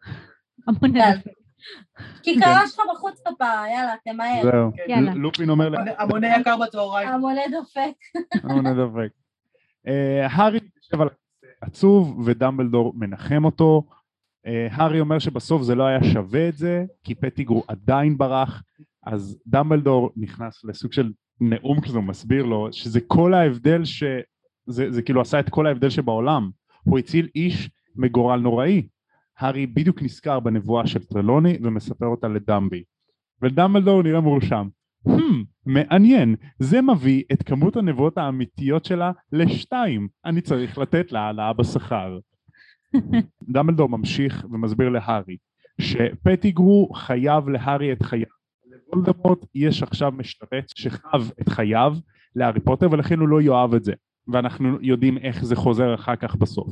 כי קרה שלך בחוץ כפה, יאללה, תמהר. זהו, לופין אומר המונה יקר בצהריים. המונה דופק. המונה דופק. הארי יושב על עצוב ודמבלדור מנחם אותו. הארי אומר שבסוף זה לא היה שווה את זה, כי פטיגרו עדיין ברח, אז דמבלדור נכנס לסוג של נאום כזה, הוא מסביר לו שזה כל ההבדל, זה כאילו עשה את כל ההבדל שבעולם, הוא הציל איש מגורל נוראי. הארי בדיוק נזכר בנבואה של טרלוני ומספר אותה לדמבי, ודמבלדור נראה מורשם. מעניין, זה מביא את כמות הנבואות האמיתיות שלה ל2, אני צריך לתת לה העלאה בשכר. דמבלדור ממשיך ומסביר להארי שפטיגרו חייב להארי את חייו, לוולדמורט יש עכשיו משתרץ שחייב את חייו להארי פוטר, ולכן הוא לא יאהב את זה, ואנחנו יודעים איך זה חוזר אחר כך בסוף.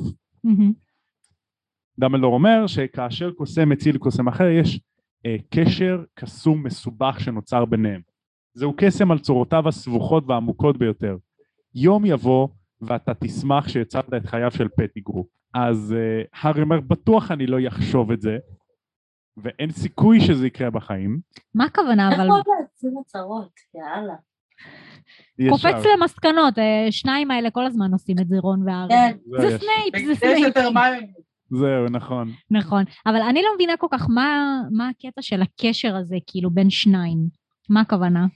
דמבלדור אומר שכאשר קוסם מציל קוסם אחר יש קשר קסום מסובך שנוצר ביניהם, זהו קסם על צורותיו הסבוכות והעמוקות ביותר. יום יבוא ואתה תשמח שיצרת את חייו של פטיגרו. אז הארי אומר, בטוח אני לא יחשוב את זה, ואין סיכוי שזה יקרה בחיים. מה הכוונה אבל? איך עוד להציב הצהרות, יאללה. קופץ למסקנות, 2 האלה כל הזמן עושים את זה, רון והארי. זה סנייפ, זה סנייפ. זהו, נכון. נכון, אבל אני לא מבינה כל כך מה הקטע של הקשר הזה, כאילו בין 2. מה הכוונה?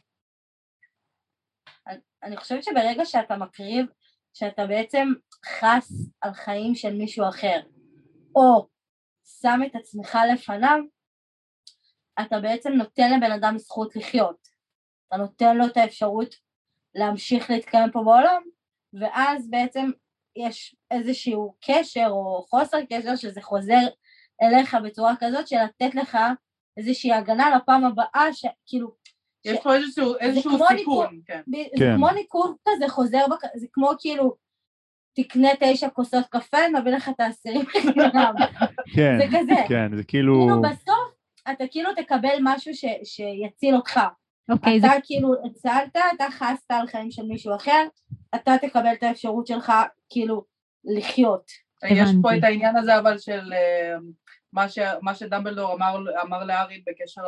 אני חושבת שברגע שאתה מקריב, שאתה בעצם חס על חיים של מישהו אחר, או שם את עצמך לפניו, אתה בעצם נותן לבן אדם זכות לחיות. אתה נותן לו את האפשרות להמשיך להתקיים פה בעולם, ואז בעצם יש איזשהו קשר או חוסר קשר שזה חוזר אליך בצורה כזאת של לתת לך איזושהי הגנה לפעם הבאה, שכאילו... יש פה איזשהו סיכון, כן. זה כמו ניקור כזה חוזר, זה כמו כאילו, תקנה 9 כוסות קפה, נביא לך את 10 חינם. כן, זה כזה. כן, זה כאילו... כאילו בסוף אתה כאילו תקבל משהו שיציל אותך. אוקיי, אתה כאילו הצלת, אתה חסת על חיים של מישהו אחר, אתה תקבל את האפשרות שלך כאילו לחיות. יש פה את העניין הזה אבל של מה שדמבלדור אמר להארי בקשר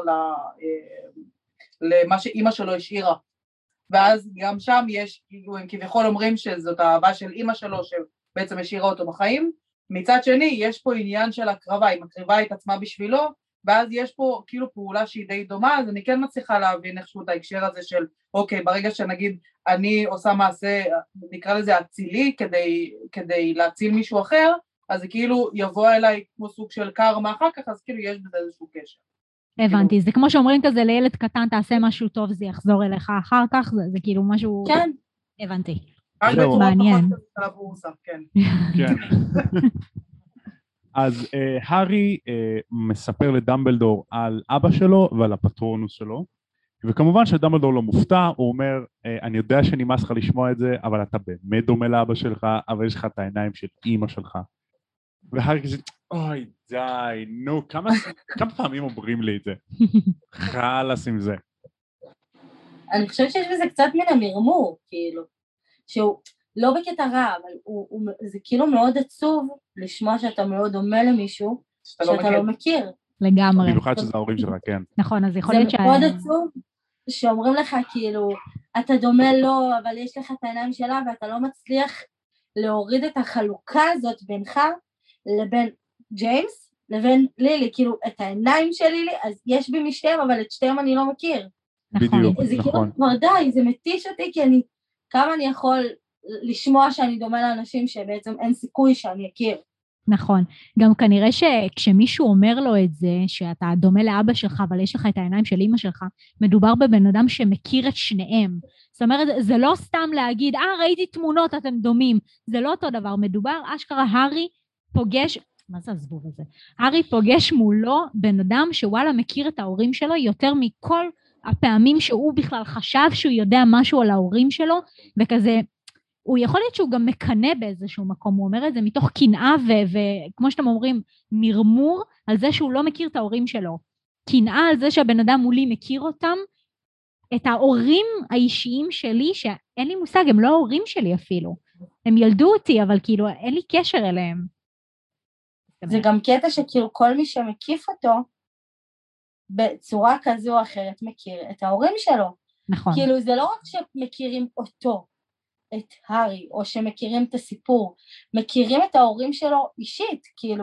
למה שאימא שלו השאירה. ואז גם שם יש, הם כביכול אומרים שזאת האהבה של אימא שלו שבעצם השאירה אותו בחיים. מצד שני יש פה עניין של הקרבה, היא מקריבה את עצמה בשבילו, ואז יש פה כאילו פעולה שהיא די דומה, אז אני כן מצליחה להבין איכשהו את ההקשר הזה של, אוקיי, ברגע שנגיד אני עושה מעשה, נקרא לזה אצילי, כדי להציל מישהו אחר, אז זה כאילו יבוא אליי כמו סוג של קרמה אחר כך, אז כאילו יש בזה איזשהו קשר. הבנתי, זה כמו שאומרים כזה לילד קטן, תעשה משהו טוב, זה יחזור אליך אחר כך, זה כאילו משהו... כן. הבנתי. מעניין. כן. כן. אז הארי מספר לדמבלדור על אבא שלו ועל הפטרונוס שלו, וכמובן שדמבלדור לא מופתע, הוא אומר, אני יודע שנמאס לך לשמוע את זה, אבל אתה באמת דומה לאבא שלך, אבל יש לך את העיניים של אמא שלך. והארי כזה, אוי די, נו, כמה פעמים אומרים לי את זה? חלאס עם זה. אני חושבת שיש בזה קצת מן המרמור, כאילו, שהוא לא בקטע רע, אבל זה כאילו מאוד עצוב לשמוע שאתה מאוד דומה למישהו שאתה לא מכיר. לגמרי. במיוחד שזה ההורים שלך, כן. נכון, אז יכול להיות זה מאוד עצוב שאומרים לך כאילו, אתה דומה לו, אבל יש לך את העיניים שלה, ואתה לא מצליח להוריד את החלוקה הזאת בינך לבין ג'יימס, לבין לילי, כאילו את העיניים של לילי, אז יש בי משתיהם, אבל את שתיהם אני לא מכיר. בדיוק, זה נכון. כאילו כבר די, זה מתיש אותי, כי כמה אני יכול לשמוע שאני דומה לאנשים שבעצם אין סיכוי שאני אכיר. נכון, גם כנראה שכשמישהו אומר לו את זה, שאתה דומה לאבא שלך, אבל יש לך את העיניים של אמא שלך, מדובר בבן אדם שמכיר את שניהם. זאת אומרת, זה לא סתם להגיד, ראיתי תמונות, אתם דומים. זה לא אותו דבר, מדובר, אשכרה הארי פוגש, מה זה הזבוב הזה? הארי פוגש מולו בן אדם שוואלה מכיר את ההורים שלו יותר מכל הפעמים שהוא בכלל חשב שהוא יודע משהו על ההורים שלו, וכזה, הוא יכול להיות שהוא גם מקנה באיזשהו מקום, הוא אומר את זה מתוך קנאה וכמו שאתם אומרים, מרמור על זה שהוא לא מכיר את ההורים שלו. קנאה על זה שהבן אדם מולי מכיר אותם, את ההורים האישיים שלי, שאין לי מושג, הם לא ההורים שלי אפילו. הם ילדו אותי, אבל כאילו אין לי קשר אליהם. זה גם קטע שכאילו כל מי שמקיף אותו, בצורה כזו או אחרת מכיר את ההורים שלו. נכון. כאילו זה לא רק שמכירים אותו, את הארי, או שמכירים את הסיפור, מכירים את ההורים שלו אישית, כאילו,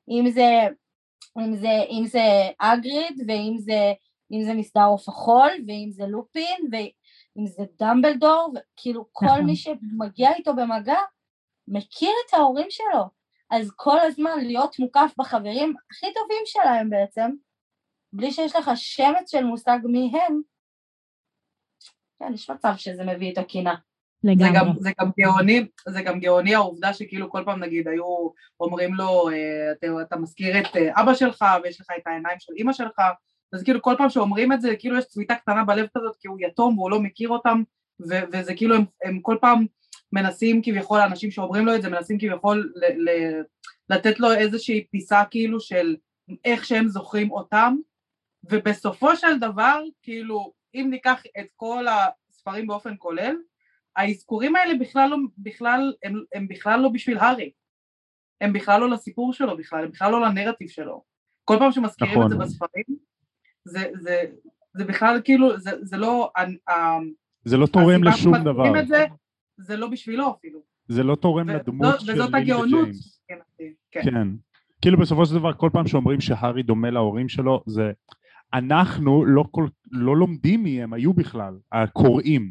אם זה אגריד, ואם זה מסדר עוף החול, ואם זה לופין, ואם זה דמבלדור, כאילו כל מי שמגיע איתו במגע, מכיר את ההורים שלו, אז כל הזמן להיות מוקף בחברים הכי טובים שלהם בעצם, בלי שיש לך שמץ של מושג מי הם, כן, יש מצב שזה מביא את הקינה. זה גם גאוני העובדה שכאילו כל פעם נגיד היו אומרים לו אתה מזכיר את אבא שלך ויש לך את העיניים של אמא שלך, אז כאילו כל פעם שאומרים את זה כאילו יש צביטה קטנה בלב כזאת כי הוא יתום והוא לא מכיר אותם, וזה כאילו הם כל פעם מנסים כביכול, האנשים שאומרים לו את זה מנסים כביכול לתת לו איזושהי פיסה כאילו של איך שהם זוכרים אותם, ובסופו של דבר כאילו אם ניקח את כל הספרים באופן כולל, האזכורים האלה הם בכלל לא בשביל הארי, הם בכלל לא לסיפור שלו בכלל, הם בכלל לא לנרטיב שלו. כל פעם שמזכירים את זה בספרים, זה בכלל כאילו, זה לא... זה לא תורם לשום דבר. זה לא בשבילו אפילו. זה לא תורם לדמות של וזאת לילי הגאונות. וג'יימס. כן. כאילו בסופו של דבר, כל פעם שאומרים שהארי דומה להורים שלו, זה... אנחנו לא לומדים מי הם היו בכלל, הקוראים.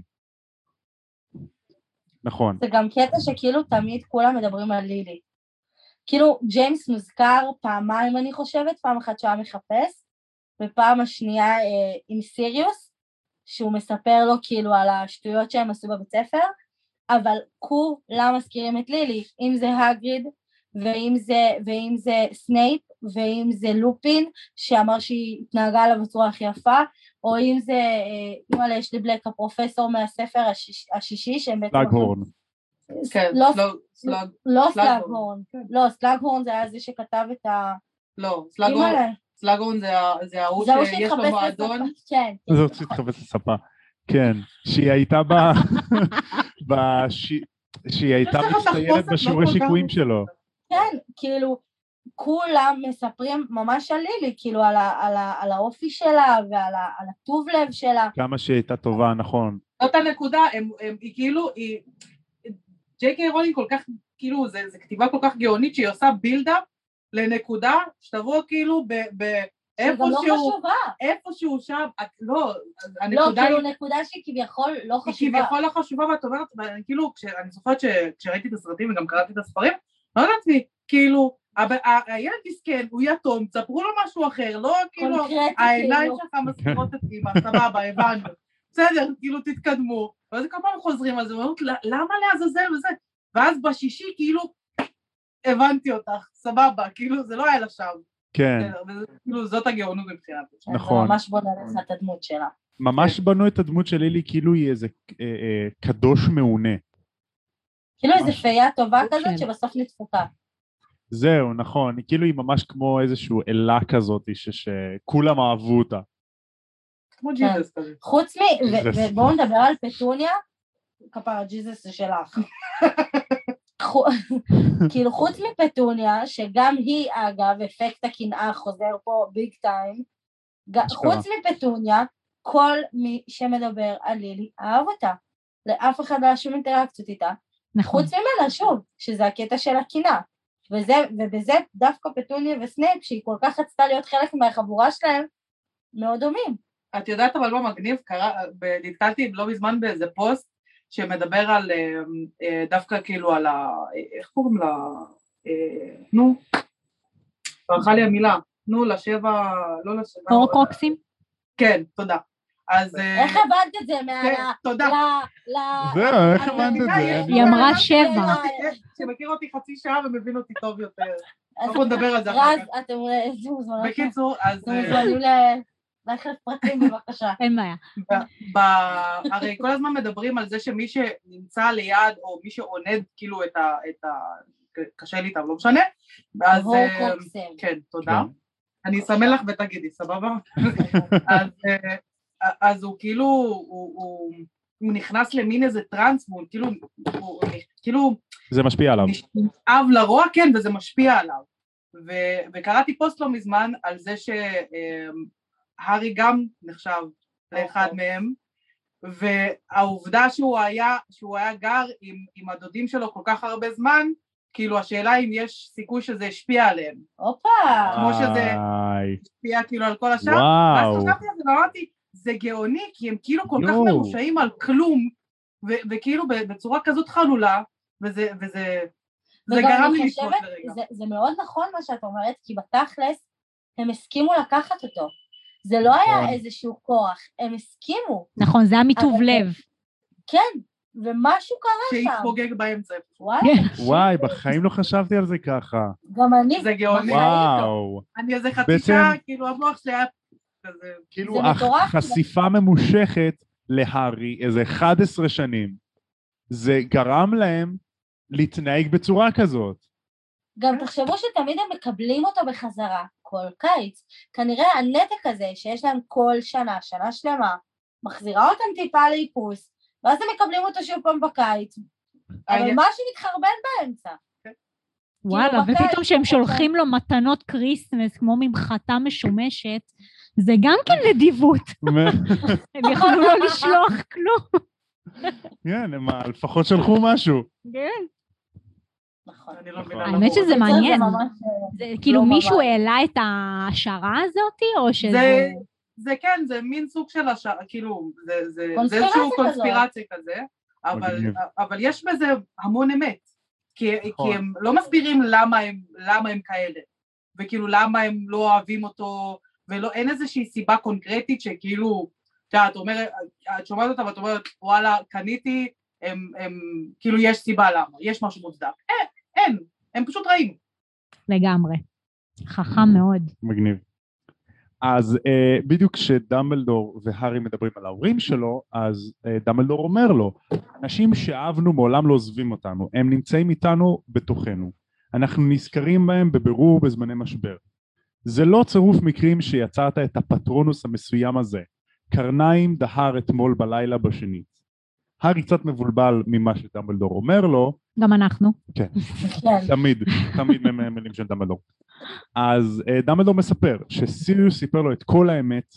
נכון. זה גם קטע שכאילו תמיד כולם מדברים על לילי. כאילו ג'יימס מוזכר פעמיים אני חושבת, פעם אחת שהיה מחפש, ופעם השנייה עם סיריוס, שהוא מספר לו כאילו על השטויות שהם עשו בבית ספר, אבל כולם מזכירים את לילי, אם זה הגריד, ואם זה סנייפ, ואם זה לופין, שאמר שהיא התנהגה עליו בצורה הכי יפה, או אם זה, אימא'לה, יש לי בלק, הפרופסור מהספר השישי, שהם בעצם... סלאגהורן. כן, לא סלאגהורן, לא, סלאגהורן זה היה זה שכתב את ה... לא, סלאגהורן זה ההוא שיש לו מועדון. כן. זאת שהתחפש לספה. כן, שהיא הייתה שהיא הייתה מצטיינת בשיעורי שיקויים שלו. כן, כאילו, כולם מספרים ממש על לילי, כאילו על האופי שלה ועל הטוב לב שלה. כמה שהיא הייתה טובה, נכון. זאת הנקודה, היא כאילו, ג'יי קיי רולינג כל כך, כאילו, זה כתיבה כל כך גאונית שהיא עושה בילדאפ לנקודה שתבוא כאילו איפשהו שם, לא, הנקודה כאילו נקודה שהיא כביכול לא חשובה. היא כביכול לא חשובה, ואת אומרת, כאילו, אני זוכרת שכשראיתי את הסרטים וגם קראתי את הספרים, לא יודעת לי, כאילו, הילד מסכן, הוא יתום, תספרו לו משהו אחר, לא כאילו, העיניים שלך מזכירות את אמא, סבבה, הבנו, בסדר, כאילו תתקדמו, ואז כל פעם חוזרים על זה, ואומרת, למה לעזאזל וזה? ואז בשישי, כאילו, הבנתי אותך, סבבה, כאילו, זה לא היה לשווא. כן. כאילו, זאת הגאונות מבחינת. נכון. זה ממש בונה לך את הדמות שלה. ממש בנו את הדמות של לילי, כאילו היא איזה קדוש מעונה. כאילו איזה פייה טובה כזאת שבסוף נדפוקה. זהו, נכון, כאילו היא ממש כמו איזשהו אלה כזאת שכולם אהבו אותה. כמו ג'יזוס כזה. חוץ ובואו נדבר על פטוניה, כפרה ג'יזוס זה שלך. כאילו חוץ מפטוניה, שגם היא אגב, אפקט הקנאה חוזר פה ביג טיים, חוץ מפטוניה, כל מי שמדבר על לילי אהב אותה. לאף אחד לא היה שום אינטראקציות איתה. חוץ ממנה, שוב, שזה הקטע של הקנאה. ובזה דווקא פטוניה וסנייפ, שהיא כל כך רצתה להיות חלק מהחבורה שלהם, מאוד דומים. את יודעת אבל מה מגניב? נתקלתי לא מזמן באיזה פוסט, שמדבר על, דווקא כאילו על איך קוראים לה? נו, ברכה לי המילה, נו, לשבע, לא לשבע. הורוקרוקסים? כן, תודה. אז... איך הבנת את זה? תודה. זהו, איך הבנת את זה? היא אמרה 7. שמכיר אותי חצי שעה ומבין אותי טוב יותר. אנחנו נדבר על זה אחר כך. רז, אתם מוזמנים. בקיצור, אז... אתם מוזמנים להחלף פרטים בבקשה. אין בעיה. הרי כל הזמן מדברים על זה שמי שנמצא ליד, או מי שעונד כאילו את קשה לי איתם, לא משנה. כן, תודה. אני אסמן לך ותגידי, סבבה? אז הוא כאילו, הוא נכנס למין איזה טרנס, והוא כאילו, זה משפיע עליו. נשאב לרוע, כן, וזה משפיע עליו. וקראתי פוסט לא מזמן על זה שהארי גם נחשב לאחד מהם, והעובדה שהוא היה גר עם הדודים שלו כל כך הרבה זמן, כאילו השאלה אם יש סיכוי שזה השפיע עליהם. כמו שזה השפיע כאילו על כל השאר. ואז חשבתי על זה ואמרתי, זה גאוני, כי הם כאילו כל כך מרושעים על כלום, וכאילו בצורה כזאת חלולה, וזה גרם לי לשפוט לרגע. זה מאוד נכון מה שאת אומרת, כי בתכלס הם הסכימו לקחת אותו. זה לא היה איזשהו כוח, הם הסכימו. נכון, זה היה מטוב לב. כן, ומשהו קרה שם. שהתפוגג באמצע. וואי, בחיים לא חשבתי על זה ככה. גם אני. זה גאוני. וואו. אני איזה חצי שעה, כאילו המוח שלי היה כזה. כאילו החשיפה ממושכת להארי איזה 11 שנים. זה גרם להם להתנהג בצורה כזאת. גם תחשבו שתמיד הם מקבלים אותו בחזרה, כל קיץ. כנראה הנתק הזה שיש להם כל שנה, שנה שלמה, מחזירה אותם טיפה לאיפוס, ואז הם מקבלים אותו שוב פעם בקיץ. אבל משהו מתחרבן באמצע. וואלה, ופתאום שהם שולחים לו מתנות קריסמס, כמו ממחטה משומשת, זה גם כן נדיבות. הם יכולו לא לשלוח כלום. כן, הם לפחות שלחו משהו. כן. נכון. האמת שזה מעניין. כאילו מישהו העלה את ההשערה הזאת, או שזה... זה כן, זה מין סוג של השערה, כאילו, זה איזשהו קונספירציה כזה, אבל יש בזה המון אמת, כי הם לא מסבירים למה הם כאלה, וכאילו למה הם לא אוהבים אותו, ואין איזושהי סיבה קונקרטית שכאילו, את אומרת, את שומעת אותה ואת אומרת, וואלה, קניתי הם כאילו יש סיבה למה, יש משהו מוצדק. אין, הם פשוט רעים. לגמרי. חכם מאוד. מגניב. אז בדיוק כשדמבלדור והארי מדברים על ההורים שלו, אז דמבלדור אומר לו, אנשים שאהבנו מעולם לא עוזבים אותנו, הם נמצאים איתנו בתוכנו, אנחנו נזכרים בהם בבירור בזמני משבר. זה לא צירוף מקרים שיצרת את הפטרונוס המסוים הזה, קרניים דהר אתמול בלילה בשנית. הארי קצת מבולבל ממה שדמבלדור אומר לו. גם אנחנו. כן, תמיד מילים של דמבלדור. אז דמבלדור מספר שסיריוס סיפר לו את כל האמת,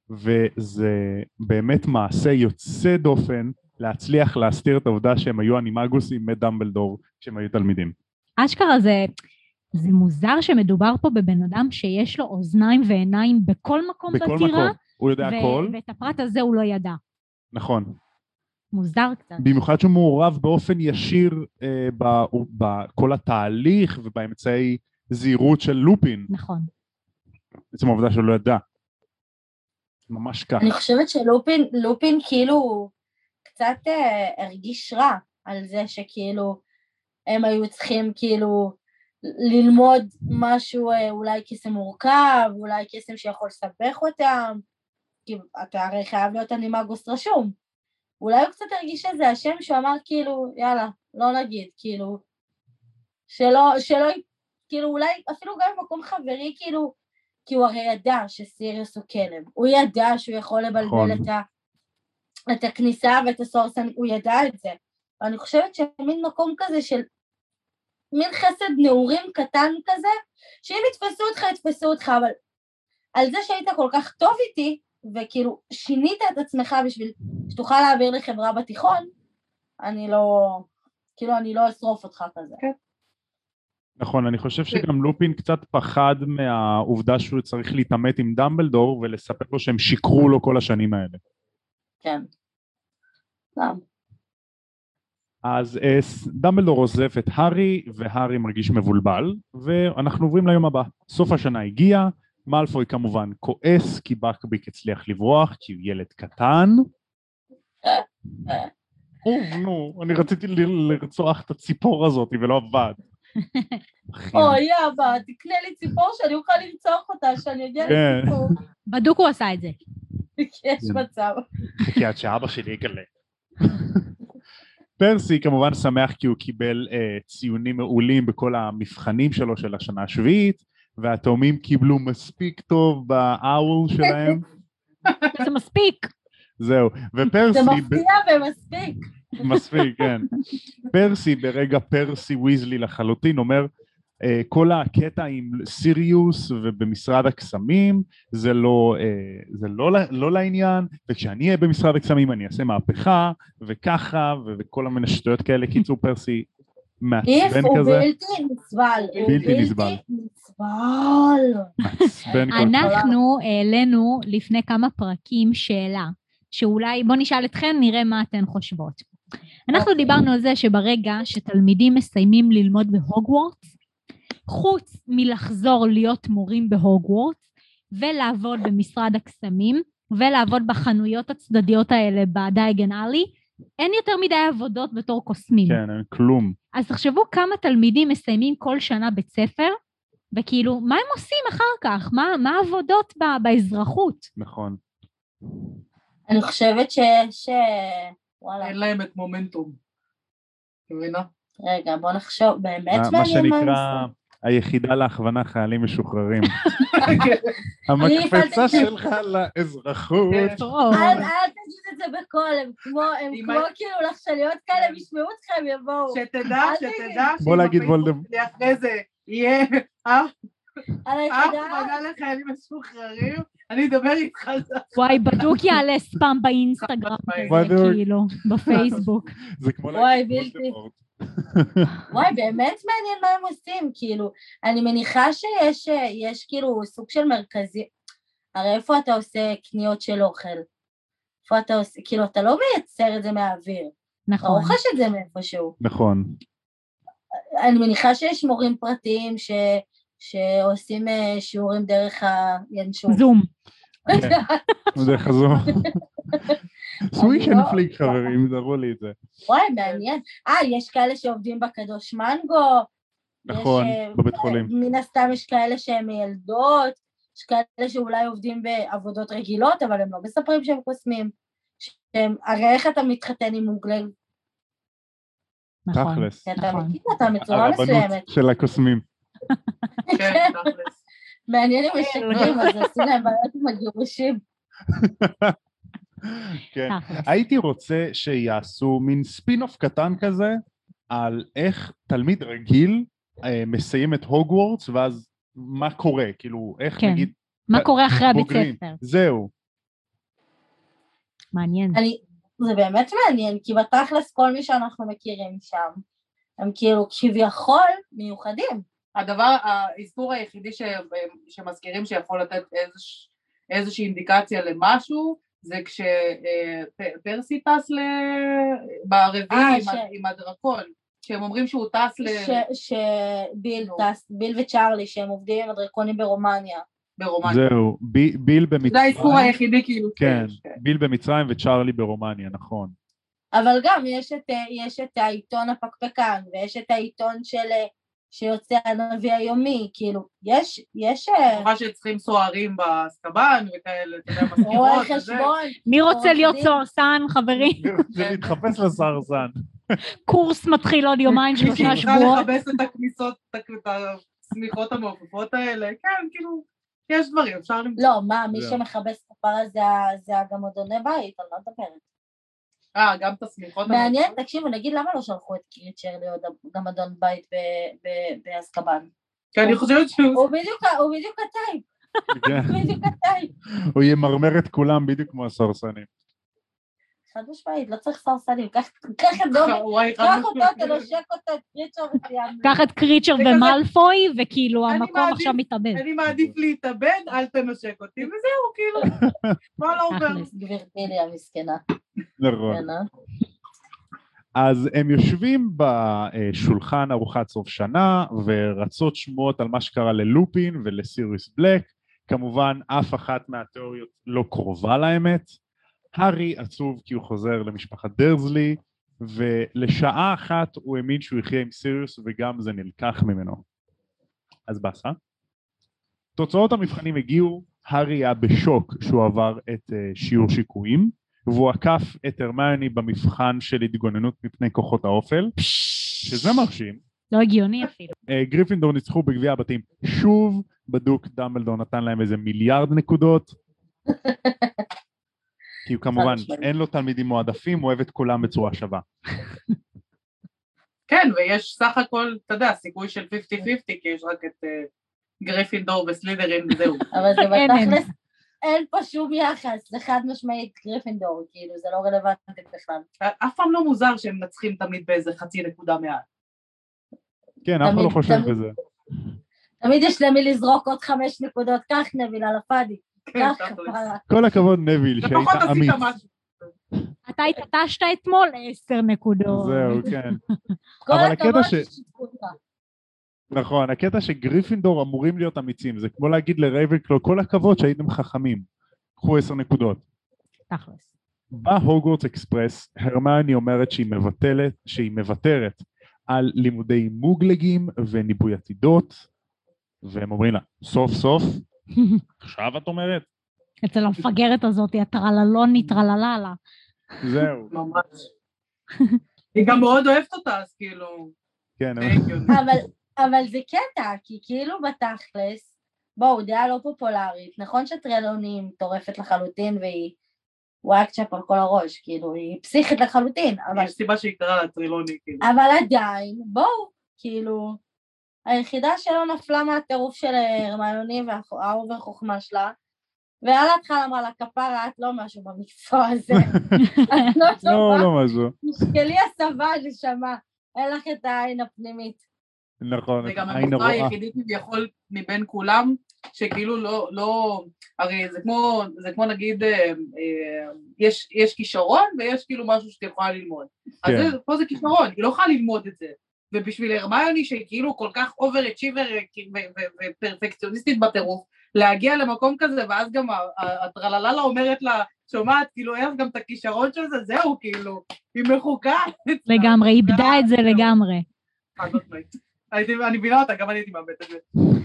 וזה באמת מעשה יוצא דופן להצליח להסתיר את העובדה שהם היו אנימגוסים מדמבלדור כשהם היו תלמידים. אשכרה זה מוזר שמדובר פה בבן אדם שיש לו אוזניים ועיניים בכל מקום בטירה. בכל מקום, הוא יודע הכל. ואת הפרט הזה הוא לא ידע. נכון. מוזר קצת. במיוחד שהוא מעורב באופן ישיר בכל התהליך ובאמצעי זהירות של לופין. נכון. בעצם העובדה שהוא לא ידע. ממש כך. אני חושבת שלופין כאילו קצת הרגיש רע על זה שכאילו הם היו צריכים כאילו ללמוד משהו אולי קסם מורכב, אולי קסם שיכול לסבך אותם, כי אתה הרי חייב להיות אנימגוס רשום. אולי הוא קצת הרגיש את זה השם שהוא אמר כאילו יאללה לא נגיד כאילו שלא כאילו אולי אפילו גם במקום חברי כאילו כי הוא הרי ידע שסיריוס הוא כלב, הוא ידע שהוא יכול לבלבל את הכניסה ואת הסורסן, הוא ידע את זה. ואני חושבת שמין מקום כזה של מין חסד נעורים קטן כזה, שאם יתפסו אותך, אבל על זה שהיית כל כך טוב איתי, וכאילו שינית את עצמך בשביל שתוכל להעביר לחברה בתיכון, אני לא אשרוף אותך כזה. נכון, אני חושב שגם לופין קצת פחד מהעובדה שהוא צריך להתעמת עם דמבלדור ולספר לו שהם שיקרו לו כל השנים האלה. כן. אז דמבלדור עוזב את הארי והארי מרגיש מבולבל ואנחנו עוברים ליום הבא. סוף השנה הגיע, מאלפוי כמובן כועס כי בקביק הצליח לברוח כי הוא ילד קטן. אני רציתי לרצוח את הציפור הזאת ולא עבד. אוי אבא, תקנה לי ציפור שאני אוכל לרצוח אותה, שאני אגיע לציפור. בדוק הוא עשה את זה. יש מצב. חכי עד שאבא שלי יגלה. פרסי כמובן שמח כי הוא קיבל ציונים מעולים בכל המבחנים שלו של השנה השביעית, והתאומים קיבלו מספיק טוב באוול שלהם. זה מספיק. זהו, ופרסי... זה מפתיע ומספיק. מספיק, כן. פרסי ברגע פרסי ויזלי לחלוטין אומר, כל הקטע עם סיריוס ובמשרד הקסמים זה לא לעניין, וכשאני אהיה במשרד הקסמים אני אעשה מהפכה וככה וכל המיני שטויות כאלה. קיצור פרסי מעצבן כזה. הוא בלתי נסבל. אנחנו העלינו לפני כמה פרקים שאלה שאולי בוא נשאל אתכן נראה מה אתן חושבות. אנחנו דיברנו על זה שברגע שתלמידים מסיימים ללמוד בהוגוורטס, חוץ מלחזור להיות מורים בהוגוורטס ולעבוד במשרד הקסמים ולעבוד בחנויות הצדדיות האלה בדייגן אלי, אין יותר מדי עבודות בתור קוסמים. כן, אין כלום. אז תחשבו כמה תלמידים מסיימים כל שנה בית ספר, וכאילו מה הם עושים אחר כך? מה העבודות באזרחות? נכון. אני חושבת שיש... אין להם את מומנטום. מבינה? רגע, בוא נחשוב, באמת מעניין מה שנקרא היחידה להכוונה חיילים משוחררים. המקפצה שלך לאזרחות. אל תגיד את זה בקול, הם כמו כאילו לחשניות כאלה, הם ישמעו אותך, הם יבואו. שתדע, בוא להגיד וולדמורט. אחרי זה יהיה הכוונה לחיילים משוחררים, אני אדבר איתך על זה. וואי, בדוק יעלה ספאם באינסטגרם כזה, כאילו, בפייסבוק. זה כמו להגיד וולדמורט. וואי, באמת מעניין מה הם עושים, כאילו, אני מניחה שיש כאילו סוג של מרכזי, הרי איפה אתה עושה קניות של אוכל? איפה אתה עושה, כאילו, אתה לא מייצר את זה מהאוויר. נכון. אתה רוכש את זה מאיפשהו. נכון. אני מניחה שיש מורים פרטיים שעושים שיעורים דרך הינשוף. זום. דרך הזום. סוויש אנד פליק חברים, תראו לי את זה. וואי, מעניין. יש כאלה שעובדים בקדוש מנגו. נכון, בבית חולים. מן הסתם יש כאלה שהם מילדות, יש כאלה שאולי עובדים בעבודות רגילות, אבל הם לא מספרים שהם קוסמים. הרי איך אתה מתחתן עם מוגלל? נכון. תכלס. אתה מכיר אותם בצורה מסוימת. הרבנות של הקוסמים. כן, תכלס. מעניין אם משקרים, אז עשו להם בעיות עם הגירושים. כן. הייתי רוצה שיעשו מין ספין-אוף קטן כזה, על איך תלמיד רגיל מסיים את הוגוורטס, ואז מה קורה, כאילו, איך נגיד... מה קורה אחרי הבית ספר. זהו. מעניין. זה באמת מעניין, כי בתכלס כל מי שאנחנו מכירים שם, הם כאילו כביכול מיוחדים. האזכור היחידי שמזכירים שיכול לתת איזושהי אינדיקציה למשהו, זה כשפרסי טס ברביעי עם הדרקון, שהם אומרים שהוא טס ביל וצ'ארלי, שהם עובדים עם הדרקונים ברומניה. זהו, ביל במצרים. זה האזכור היחידי כאילו. כן, ביל במצרים וצ'ארלי ברומניה, נכון. אבל גם יש את העיתון הפקפקן, ויש את העיתון שיוצא הנביא היומי, כאילו, יש... ממש שצריכים סוהרים בסקבן וכאלה, אתה יודע, מזכירות. רואה חשבון. מי רוצה להיות סוהרסן, חברים? מי רוצה להתחפש לסוהרסן? קורס מתחיל עוד יומיים, 3 שבועות. מי שצריכה לחפש את הכניסות, את הסמיכות המעופפות האלה, כן, כאילו, יש דברים, אפשר למצוא. לא, מה, מי שמחפש את הפרה זה הגמדוני בית, אני לא מדברת. גם את הסמיכות. מעניין, תקשיבו, נגיד למה לא שלחו את קריצ'ר להיות גמדון בית באזקבן? כי אני חושבת שהוא... הוא בדיוק הטייפ. בדיוק הטייפ. הוא ימרמר את כולם בדיוק כמו הסרסנים. חד משמעית, לא צריך סרסנים, קח את דומי, קח אותו, תנושק אותו, את קריצ'ר וסיימנו. קח את קריצ'ר ומלפוי, וכאילו המקום עכשיו מתאבד. אני מעדיף להתאבד, אל תנושק אותי, וזהו, כאילו, מה לא עובר? גברתי לי המסכנה. נכון. אז הם יושבים בשולחן ארוחת סוף שנה, ורצות שמועות על מה שקרה ללופין ולסיריוס בלק, כמובן אף אחת מהתיאוריות לא קרובה לאמת, הארי עצוב כי הוא חוזר למשפחת דרזלי, ולשעה אחת הוא האמין שהוא יחיה עם סיריוס וגם זה נלקח ממנו. אז בסה. תוצאות המבחנים הגיעו, הארי היה בשוק שהוא עבר את שיעור שיקויים, והוא עקף את הרמיוני במבחן של התגוננות מפני כוחות האופל, שזה מרשים. לא הגיוני אפילו. גריפינדור ניצחו בגביע הבתים, שוב בדוק דמבלדור נתן להם איזה 1,000,000,000 נקודות, כי הוא כמובן אין לו תלמידים מועדפים, הוא אוהב את כולם בצורה שווה. כן, ויש סך הכל, אתה יודע, סיכוי של 50-50, כי יש רק את גריפינדור וסלידרין וזהו. אבל זה בתכלס, אין פה שום יחס, זה חד משמעית גריפינדור, כאילו, זה לא רלוונטי בכלל. אף פעם לא מוזר שהם מנצחים תמיד באיזה 0.5 נקודה מעל. כן, אף אחד לא חושב בזה. תמיד יש למי לזרוק עוד 5 נקודות, כך נביל על הפאדי. כל הכבוד נביל, שהיית אמיץ. אתה התעטשת אתמול 10 נקודות. זהו, כן. כל הכבוד ששיתפו אותך. נכון, הקטע שגריפינדור אמורים להיות אמיצים, זה כמו להגיד לרייבנקלו, כל הכבוד שהייתם חכמים, קחו 10 נקודות. תכלס. בהוגוורטס אקספרס, הרמיוני אומרת שהיא מוותרת על לימודי מוגלגים וניבוי עתידות, והם אומרים לה, סוף סוף, עכשיו את אומרת? אצל המפגרת הזאת, הטרללון נטרללה. זהו. ממש. היא גם מאוד אוהבת אותה, אז כאילו... כן. אבל זה קטע, כי כאילו בתכלס, בואו, דעה לא פופולרית, נכון שטרלוני מטורפת לחלוטין והיא וואקצ'אפ על כל הראש, כאילו היא פסיכית לחלוטין, אבל... יש סיבה שהיא קראה לה טרילוני, כאילו. אבל עדיין, בואו, כאילו, היחידה שלא נפלה מהטירוף של הרמיוני והאובר חוכמה שלה, ועל ההתחלה אמרה לה, כפרה, את לא משהו במקצוע הזה. לא משהו. משקלי הסבה ששמע, אין לך את העין הפנימית. נכון. זה גם המקצוע היחידי כביכול מבין כולם, שכאילו לא, הרי זה כמו נגיד, יש כישרון ויש כאילו משהו שאתה יכולה ללמוד. אז פה זה כישרון, היא לא יכולה ללמוד את זה. ובשביל הרמיוני שהיא כאילו כל כך אובר-אצ'יבר ופרפקציוניסטית בטירוף, להגיע למקום כזה, ואז גם הטרללה אומרת לה שומעת, כאילו, יש גם את הכישרון של זה, זהו, כאילו, היא מחוקה. לגמרי, איבדה את זה לגמרי. אני מבינה אותה, גם אני הייתי מאבד את זה.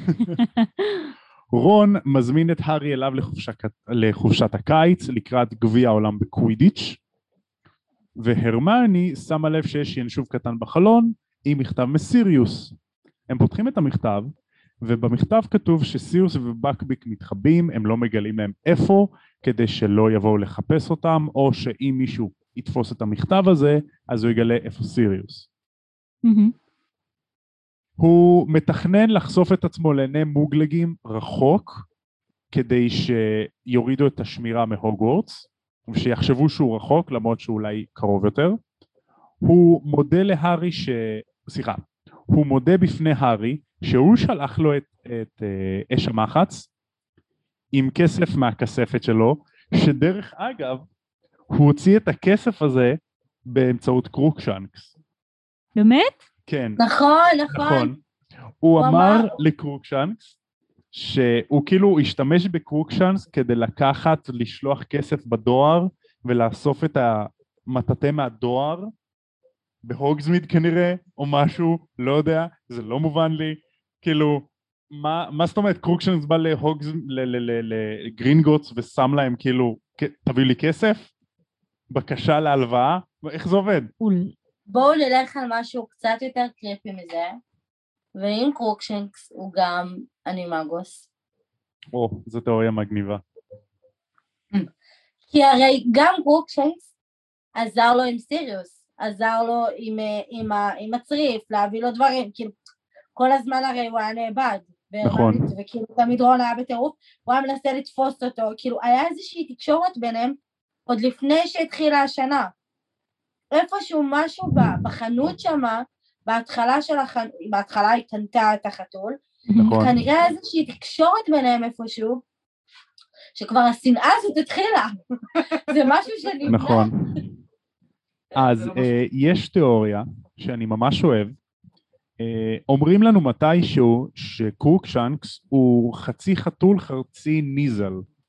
רון מזמין את הארי אליו לחופשת הקיץ לקראת גביע העולם בקווידיץ', והרמיוני שמה לב שיש ינשוף קטן בחלון עם מכתב מסיריוס. הם פותחים את המכתב, ובמכתב כתוב שסיריוס ובקביק מתחבאים, הם לא מגלים להם איפה, כדי שלא יבואו לחפש אותם, או שאם מישהו יתפוס את המכתב הזה, אז הוא יגלה איפה סיריוס. הוא מתכנן לחשוף את עצמו לעיני מוגלגים רחוק, כדי שיורידו את השמירה מהוגוורטס, ושיחשבו שהוא רחוק, למרות שהוא אולי קרוב יותר. הוא מודה להארי הוא מודה בפני הארי, שהוא שלח לו את אש המחץ, עם כסף מהכספת שלו, שדרך אגב, הוא הוציא את הכסף הזה, באמצעות קרוקשנקס. באמת? כן. נכון. הוא אמר לקרוקשנקס, שהוא כאילו השתמש בקרוקשנקס כדי לקחת, לשלוח כסף בדואר, ולאסוף את המטאטא מהדואר, בהוגזמיד כנראה, או משהו, לא יודע, זה לא מובן לי, כאילו, מה זאת אומרת, קרוקשנקס בא לגרינגוטס ושם להם כאילו, תביא לי כסף, בקשה להלוואה, איך זה עובד? בואו נלך על משהו קצת יותר קריפי מזה, ואם קרוקשנקס הוא גם אנימגוס. זו תיאוריה מגניבה. כי הרי גם קרוקשנקס עזר לו עם סיריוס, עזר לו עם הצריף, להביא לו דברים, כאילו כל הזמן הרי הוא היה נאבד, נכון. וכאילו תמיד רון היה בטירוף, הוא היה מנסה לתפוס אותו, כאילו היה איזושהי תקשורת ביניהם, עוד לפני שהתחילה השנה. איפשהו משהו בחנות שמה, בהתחלה היא קנתה את החתול, נכון. כנראה איזושהי תקשורת ביניהם איפשהו, שכבר השנאה הזאת התחילה. זה משהו שנבנה. נכון. אז יש תיאוריה שאני ממש אוהב, אומרים לנו מתישהו שקרוקשנקס הוא חצי חתול חצי ניזל.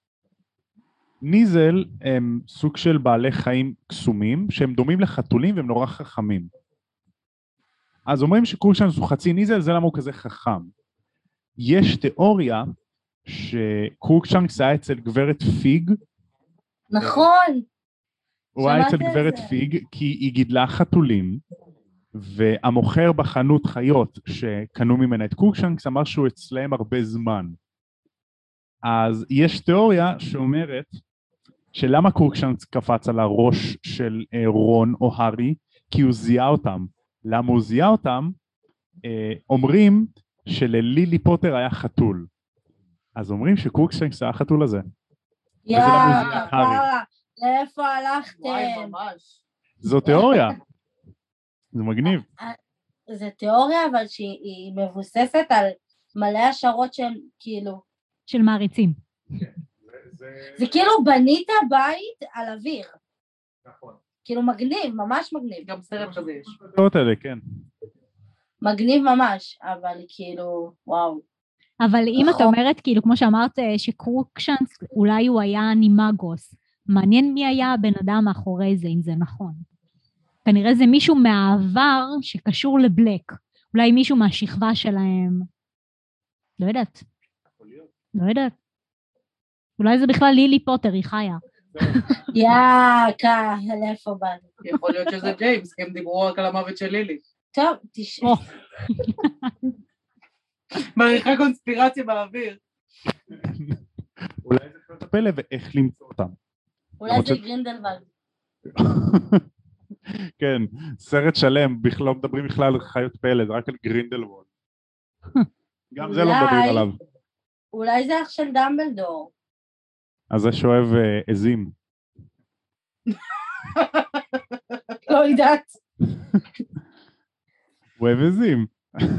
ניזל הם סוג של בעלי חיים קסומים שהם דומים לחתולים והם נורא חכמים. אז אומרים שקרוקשנקס הוא חצי ניזל, זה למה הוא כזה חכם. יש תיאוריה שקרוקשנקס היה אצל גברת פיג. נכון. הוא היה אצל גברת פיג כי היא גידלה חתולים, והמוכר בחנות חיות שקנו ממנה את קרוקשנקס אמר שהוא אצלהם הרבה זמן. אז יש תיאוריה שאומרת שלמה קרוקשנקס קפץ על הראש של רון או הארי? כי הוא זיהה אותם. למה הוא זיהה אותם? אומרים שללילי פוטר היה חתול. אז אומרים שקרוקשנקס היה החתול הזה. לאיפה הלכתם? זו תיאוריה. זה מגניב. זה תיאוריה אבל שהיא מבוססת על מלא השערות שהן כאילו של מעריצים. זה כאילו בנית בית על אוויר. נכון. כאילו מגניב, ממש מגניב. גם סרט כזה יש. כן. מגניב ממש, אבל כאילו, וואו. אבל אם אתה אומרת, כאילו, כמו שאמרת, שקרוקשנקס אולי הוא היה אנימגוס, מעניין מי היה הבן אדם מאחורי זה, אם זה נכון. כנראה זה מישהו מהעבר שקשור לבלק. אולי מישהו מהשכבה שלהם. לא יודעת. לא יודעת. אולי זה בכלל לילי פוטר, היא חיה. יאקה, לאיפה באנו? יכול להיות שזה ג'יימס, כי הם דיברו רק על המוות של לילי. טוב, תשמע. מעריכה קונספירציה באוויר. אולי זה חיות הפלא ואיך למצוא אותם. אולי זה גרינדלוולד. כן, סרט שלם, לא מדברים בכלל על חיות פלא, זה רק על גרינדלוולד. גם זה לא מדברים עליו. אולי זה אח של דמבלדור. אז זה שאוהב עזים. לא יודעת. הוא אוהב עזים.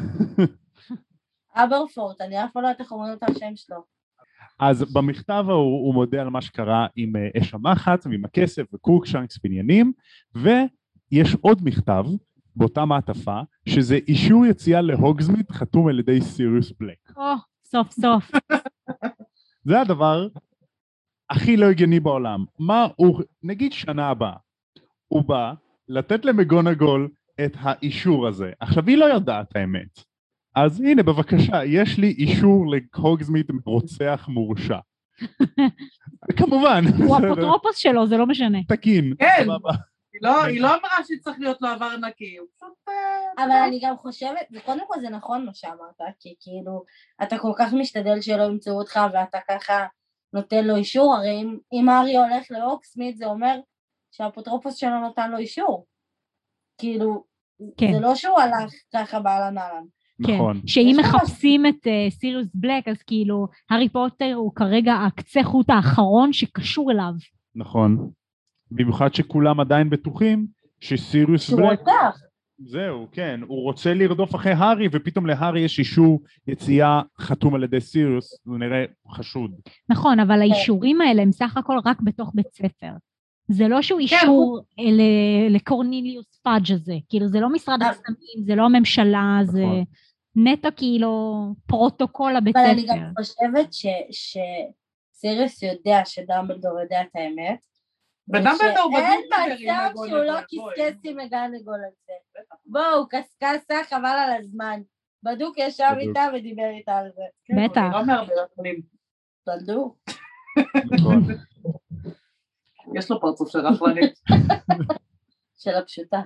אברפורט, אני אף לא יודעת איך אומרים את השם שלו. אז במכתב הוא מודה על מה שקרה עם אש המחץ ועם הכסף וקרוקשנקס בניינים, ויש עוד מכתב באותה מעטפה, שזה אישור יציאה להוגזמיד חתום על ידי סיריוס בלק. סוף סוף. זה הדבר הכי לא הגיוני בעולם. מה הוא, נגיד שנה הבאה, הוא בא לתת למגונגול את האישור הזה. עכשיו היא לא יודעת האמת. אז הנה בבקשה, יש לי אישור להוגזמיט רוצח מורשע. כמובן. הוא אפוטרופוס שלו, זה לא משנה. תקין. כן. סבבה. היא לא אמרה שצריך להיות לו עבר נקי, הוא פשוט... אבל אני גם חושבת, וקודם כל זה נכון מה שאמרת, כי כאילו, אתה כל כך משתדל שלא ימצאו אותך, ואתה ככה נותן לו אישור, הרי אם ארי הולך להוגסמיט, זה אומר שהאפוטרופוס שלו נותן לו אישור. כאילו, כן. זה לא שהוא הלך ככה באהלן אהלן. נכון. כן, שאם מחפשים את סיריוס בלק, אז כאילו, הארי פוטר הוא כרגע הקצה חוט האחרון שקשור אליו. נכון. במיוחד שכולם עדיין בטוחים שסיריוס שהוא בלק... רוצח. זהו, כן. הוא רוצה לרדוף אחרי הארי, ופתאום להארי יש אישור יציאה חתום על ידי סיריוס, הוא נראה חשוד. נכון, אבל האישורים האלה הם סך הכל רק בתוך בית ספר. זה לא שהוא אישור לקורניליוס פאג' הזה, כאילו זה לא משרד הקסמים, זה לא הממשלה, זה נטו כאילו פרוטוקול הבית ספר. אבל אני גם חושבת שסיריוס יודע שדמבלדור יודע את האמת, ודמבלדור בדיוק אין מדבר עם מצב שהוא לא קסקס עם מגונגול על זה. בואו, קסקסה חבל על הזמן. בדוק ישב איתה ודיבר איתה על זה. בטח. לא מהרבה רחמים. בדוק. נכון. יש לו פרצוף של רחלנית. של הפשוטה.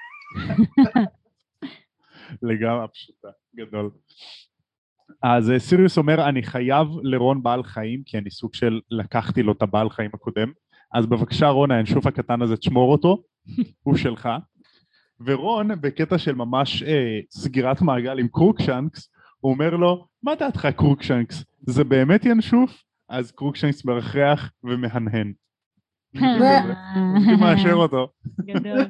לגמרי פשוטה, גדול. אז סיריוס אומר, אני חייב לרון בעל חיים, כי אני סוג של לקחתי לו את הבעל חיים הקודם, אז בבקשה רון, האנשוף הקטן הזה, תשמור אותו, הוא שלך. ורון, בקטע של ממש סגירת מעגל עם קרוקשנקס, הוא אומר לו, מה דעתך קרוקשנקס? זה באמת ינשוף? אז קרוקשנקס מרחח ומהנהן. הוא מאשר אותו. גדול.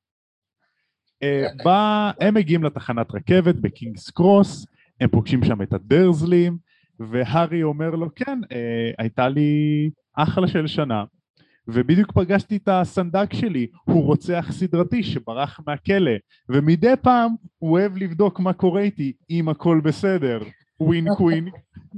הם מגיעים לתחנת רכבת בקינגס קרוס, הם פוגשים שם את הדרזלים, והארי אומר לו, כן, הייתה לי אחלה של שנה, ובדיוק פגשתי את הסנדק שלי, הוא רוצח סדרתי שברח מהכלא, ומדי פעם הוא אוהב לבדוק מה קורה איתי, אם הכל בסדר, ווינק ווינק.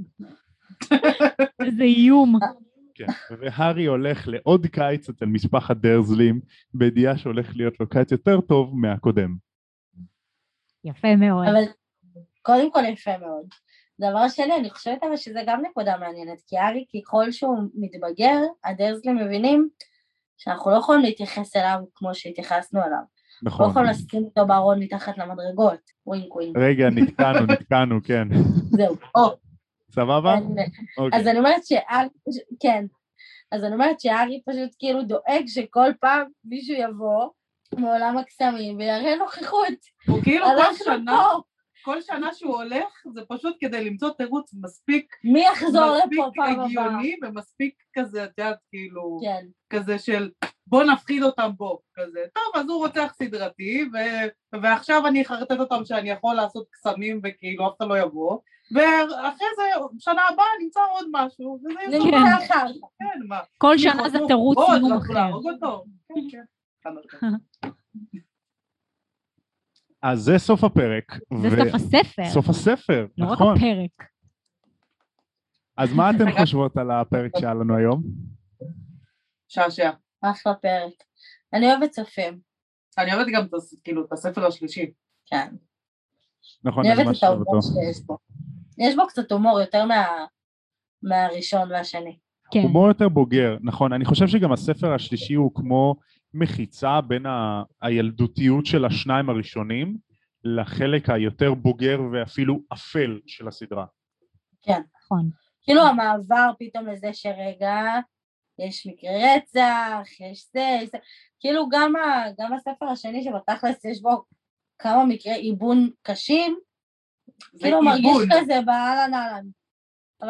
איזה איום. כן, והארי הולך לעוד קיץ אצל משפחת דרזלים, בידיעה שהולך להיות לו קיץ יותר טוב מהקודם. יפה מאוד. אבל קודם כל יפה מאוד. דבר שני, אני חושבת אבל שזה גם נקודה מעניינת, כי הארי ככל שהוא מתבגר, הדרזלים מבינים שאנחנו לא יכולים להתייחס אליו כמו שהתייחסנו אליו. נכון. לא יכולים לשים אותו בארון מתחת למדרגות, ווינק ווינק. רגע, נתקענו, כן. זהו. סבבה? אז אני אומרת כן. אז אני אומרת שהארי פשוט כאילו דואג שכל פעם מישהו יבוא מעולם הקסמים ויראה נוכחות. הוא כאילו כל שנה שהוא הולך, זה פשוט כדי למצוא תירוץ מספיק... מי יחזור לפה פעם הבאה? מספיק הגיוני ומספיק כזה, את יודעת, כאילו... כן. כזה של בוא נפחיד אותם בו, כזה. טוב, אז הוא רוצח סדרתי, ועכשיו אני אחרטט אותם שאני יכול לעשות קסמים וכאילו אף אחד לא יבוא, ואחרי זה, שנה הבאה נמצא עוד משהו, וזה נמצא אחר. כן, מה? כל שנה זה תירוץ סיום אחר. אז זה סוף הפרק. זה סוף הספר. סוף הספר, לא רק נכון. הפרק. אז מה אתן חושבות על הפרק שהיה לנו היום? שעשע. אחלה פרק. אני אוהבת סופים. אני אוהבת גם כאילו את הספר השלישי. כן. נכון, אני אוהבת את ההומור שיש בו. יש בו קצת הומור יותר מהראשון והשני. כן. הומור יותר בוגר, נכון. אני חושב שגם הספר השלישי הוא כמו מחיצה בין הילדותיות של השניים הראשונים לחלק היותר בוגר ואפילו אפל של הסדרה. כן. נכון. כאילו המעבר פתאום לזה שרגע יש מקרה רצח, יש זה, כאילו גם הספר השני שבתכלס יש בו כמה מקרי עיבון קשים, כאילו מרגיש כזה באהלן אהלן. אבל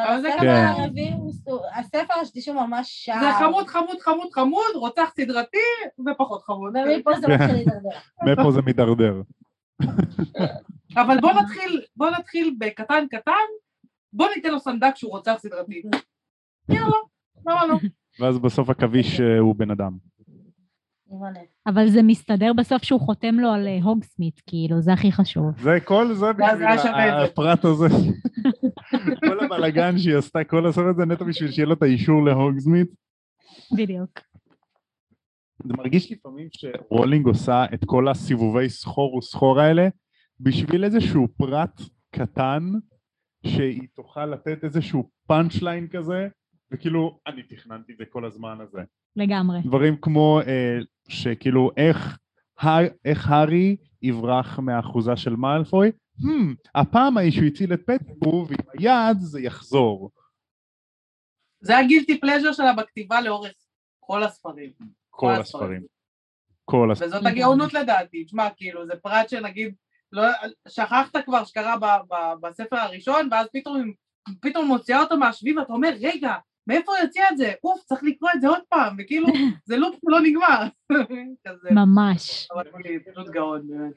הספר השלישי ממש שעה. זה חמוד, רוצח סדרתי ופחות חמוד. ומפה זה מתחיל להידרדר. מפה זה מתדרדר. אבל בוא נתחיל בקטן, בוא ניתן לו סנדק שהוא רוצח סדרתי. יאללה, למה לא? ואז בסוף הכביש הוא בן אדם. אבל זה מסתדר בסוף שהוא חותם לו על הוגסמיט, כאילו, זה הכי חשוב. זה כל זה בשביל הפרט הזה. כל הבלגן שהיא עשתה כל הסרט הזה נטו בשביל שיהיה לו את האישור להוגזמית. בדיוק. זה מרגיש לפעמים שרולינג עושה את כל הסיבובי סחור וסחור האלה בשביל איזשהו פרט קטן שהיא תוכל לתת איזשהו פאנץ' ליין כזה, וכאילו אני תכננתי את זה כל הזמן הזה. לגמרי. דברים כמו שכאילו איך הארי יברח מהאחוזה של מאלפוי, הפעם שהוא הציל את פטרו ועם היד זה יחזור. זה הגילטי פלז'ר שלה בכתיבה לאורך כל הספרים. כל הספרים. וזאת הגאונות לדעתי, תשמע, כאילו, זה פרט שנגיד, שכחת כבר שקרה בספר הראשון, ואז פתאום מוציאה אותו מהשביב, ואתה אומר, רגע, מאיפה יוצא את זה? אוף, צריך לקרוא את זה עוד פעם, וכאילו, זה לופ שלא נגמר. ממש. אבל אני פשוט גאון, באמת.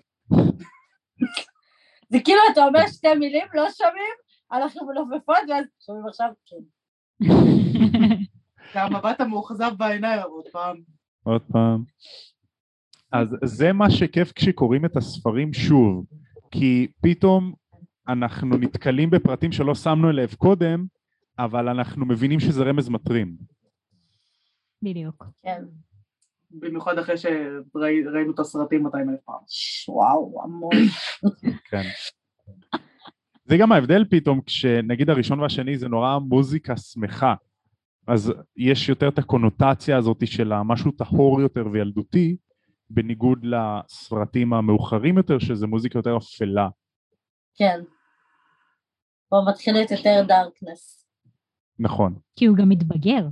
זה כאילו, אתה אומר שתי מילים, לא שומעים, אנחנו מנופפות, ואז שומעים עכשיו, כן. זה המבט המאוכזב בעיניים, עוד פעם. אז זה מה שכיף כשקוראים את הספרים שוב, כי פתאום אנחנו נתקלים בפרטים שלא שמנו אליהם קודם, אבל אנחנו מבינים שזה רמז מטרים. בדיוק. כן. במיוחד אחרי שראינו את הסרטים 200,000 פעם. וואו, המון. כן. זה גם ההבדל פתאום, כשנגיד הראשון והשני זה נורא מוזיקה שמחה, אז יש יותר את הקונוטציה הזאת של משהו טהור יותר וילדותי, בניגוד לסרטים המאוחרים יותר, שזה מוזיקה יותר אפלה. כן. פה מתחיל להיות יותר דארקנס. נכון. כי הוא גם מתבגר.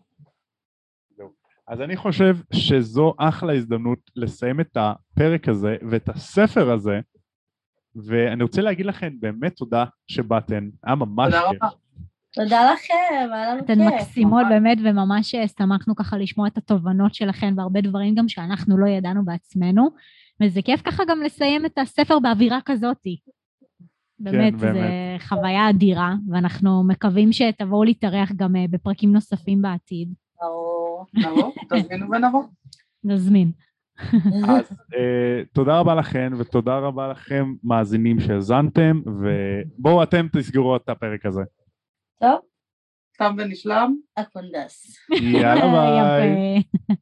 אז אני חושב שזו אחלה הזדמנות לסיים את הפרק הזה ואת הספר הזה, ואני רוצה להגיד לכם באמת תודה שבאתן, היה ממש כיף. תודה לכם, היה לנו כיף. אתן מקסימות באמת, וממש שמחנו ככה לשמוע את התובנות שלכם, והרבה דברים גם שאנחנו לא ידענו בעצמנו, וזה כיף ככה גם לסיים את הספר באווירה כזאתי. באמת, זה חוויה אדירה, ואנחנו מקווים שתבואו להתארח גם בפרקים נוספים בעתיד. נבוא, תזמינו ונבוא. נזמין. אז תודה רבה לכם, ותודה רבה לכם מאזינים שהזנתם, ובואו אתם תסגרו את הפרק הזה. טוב. תם ונשלם. הקונדס. יאללה ביי. יפה.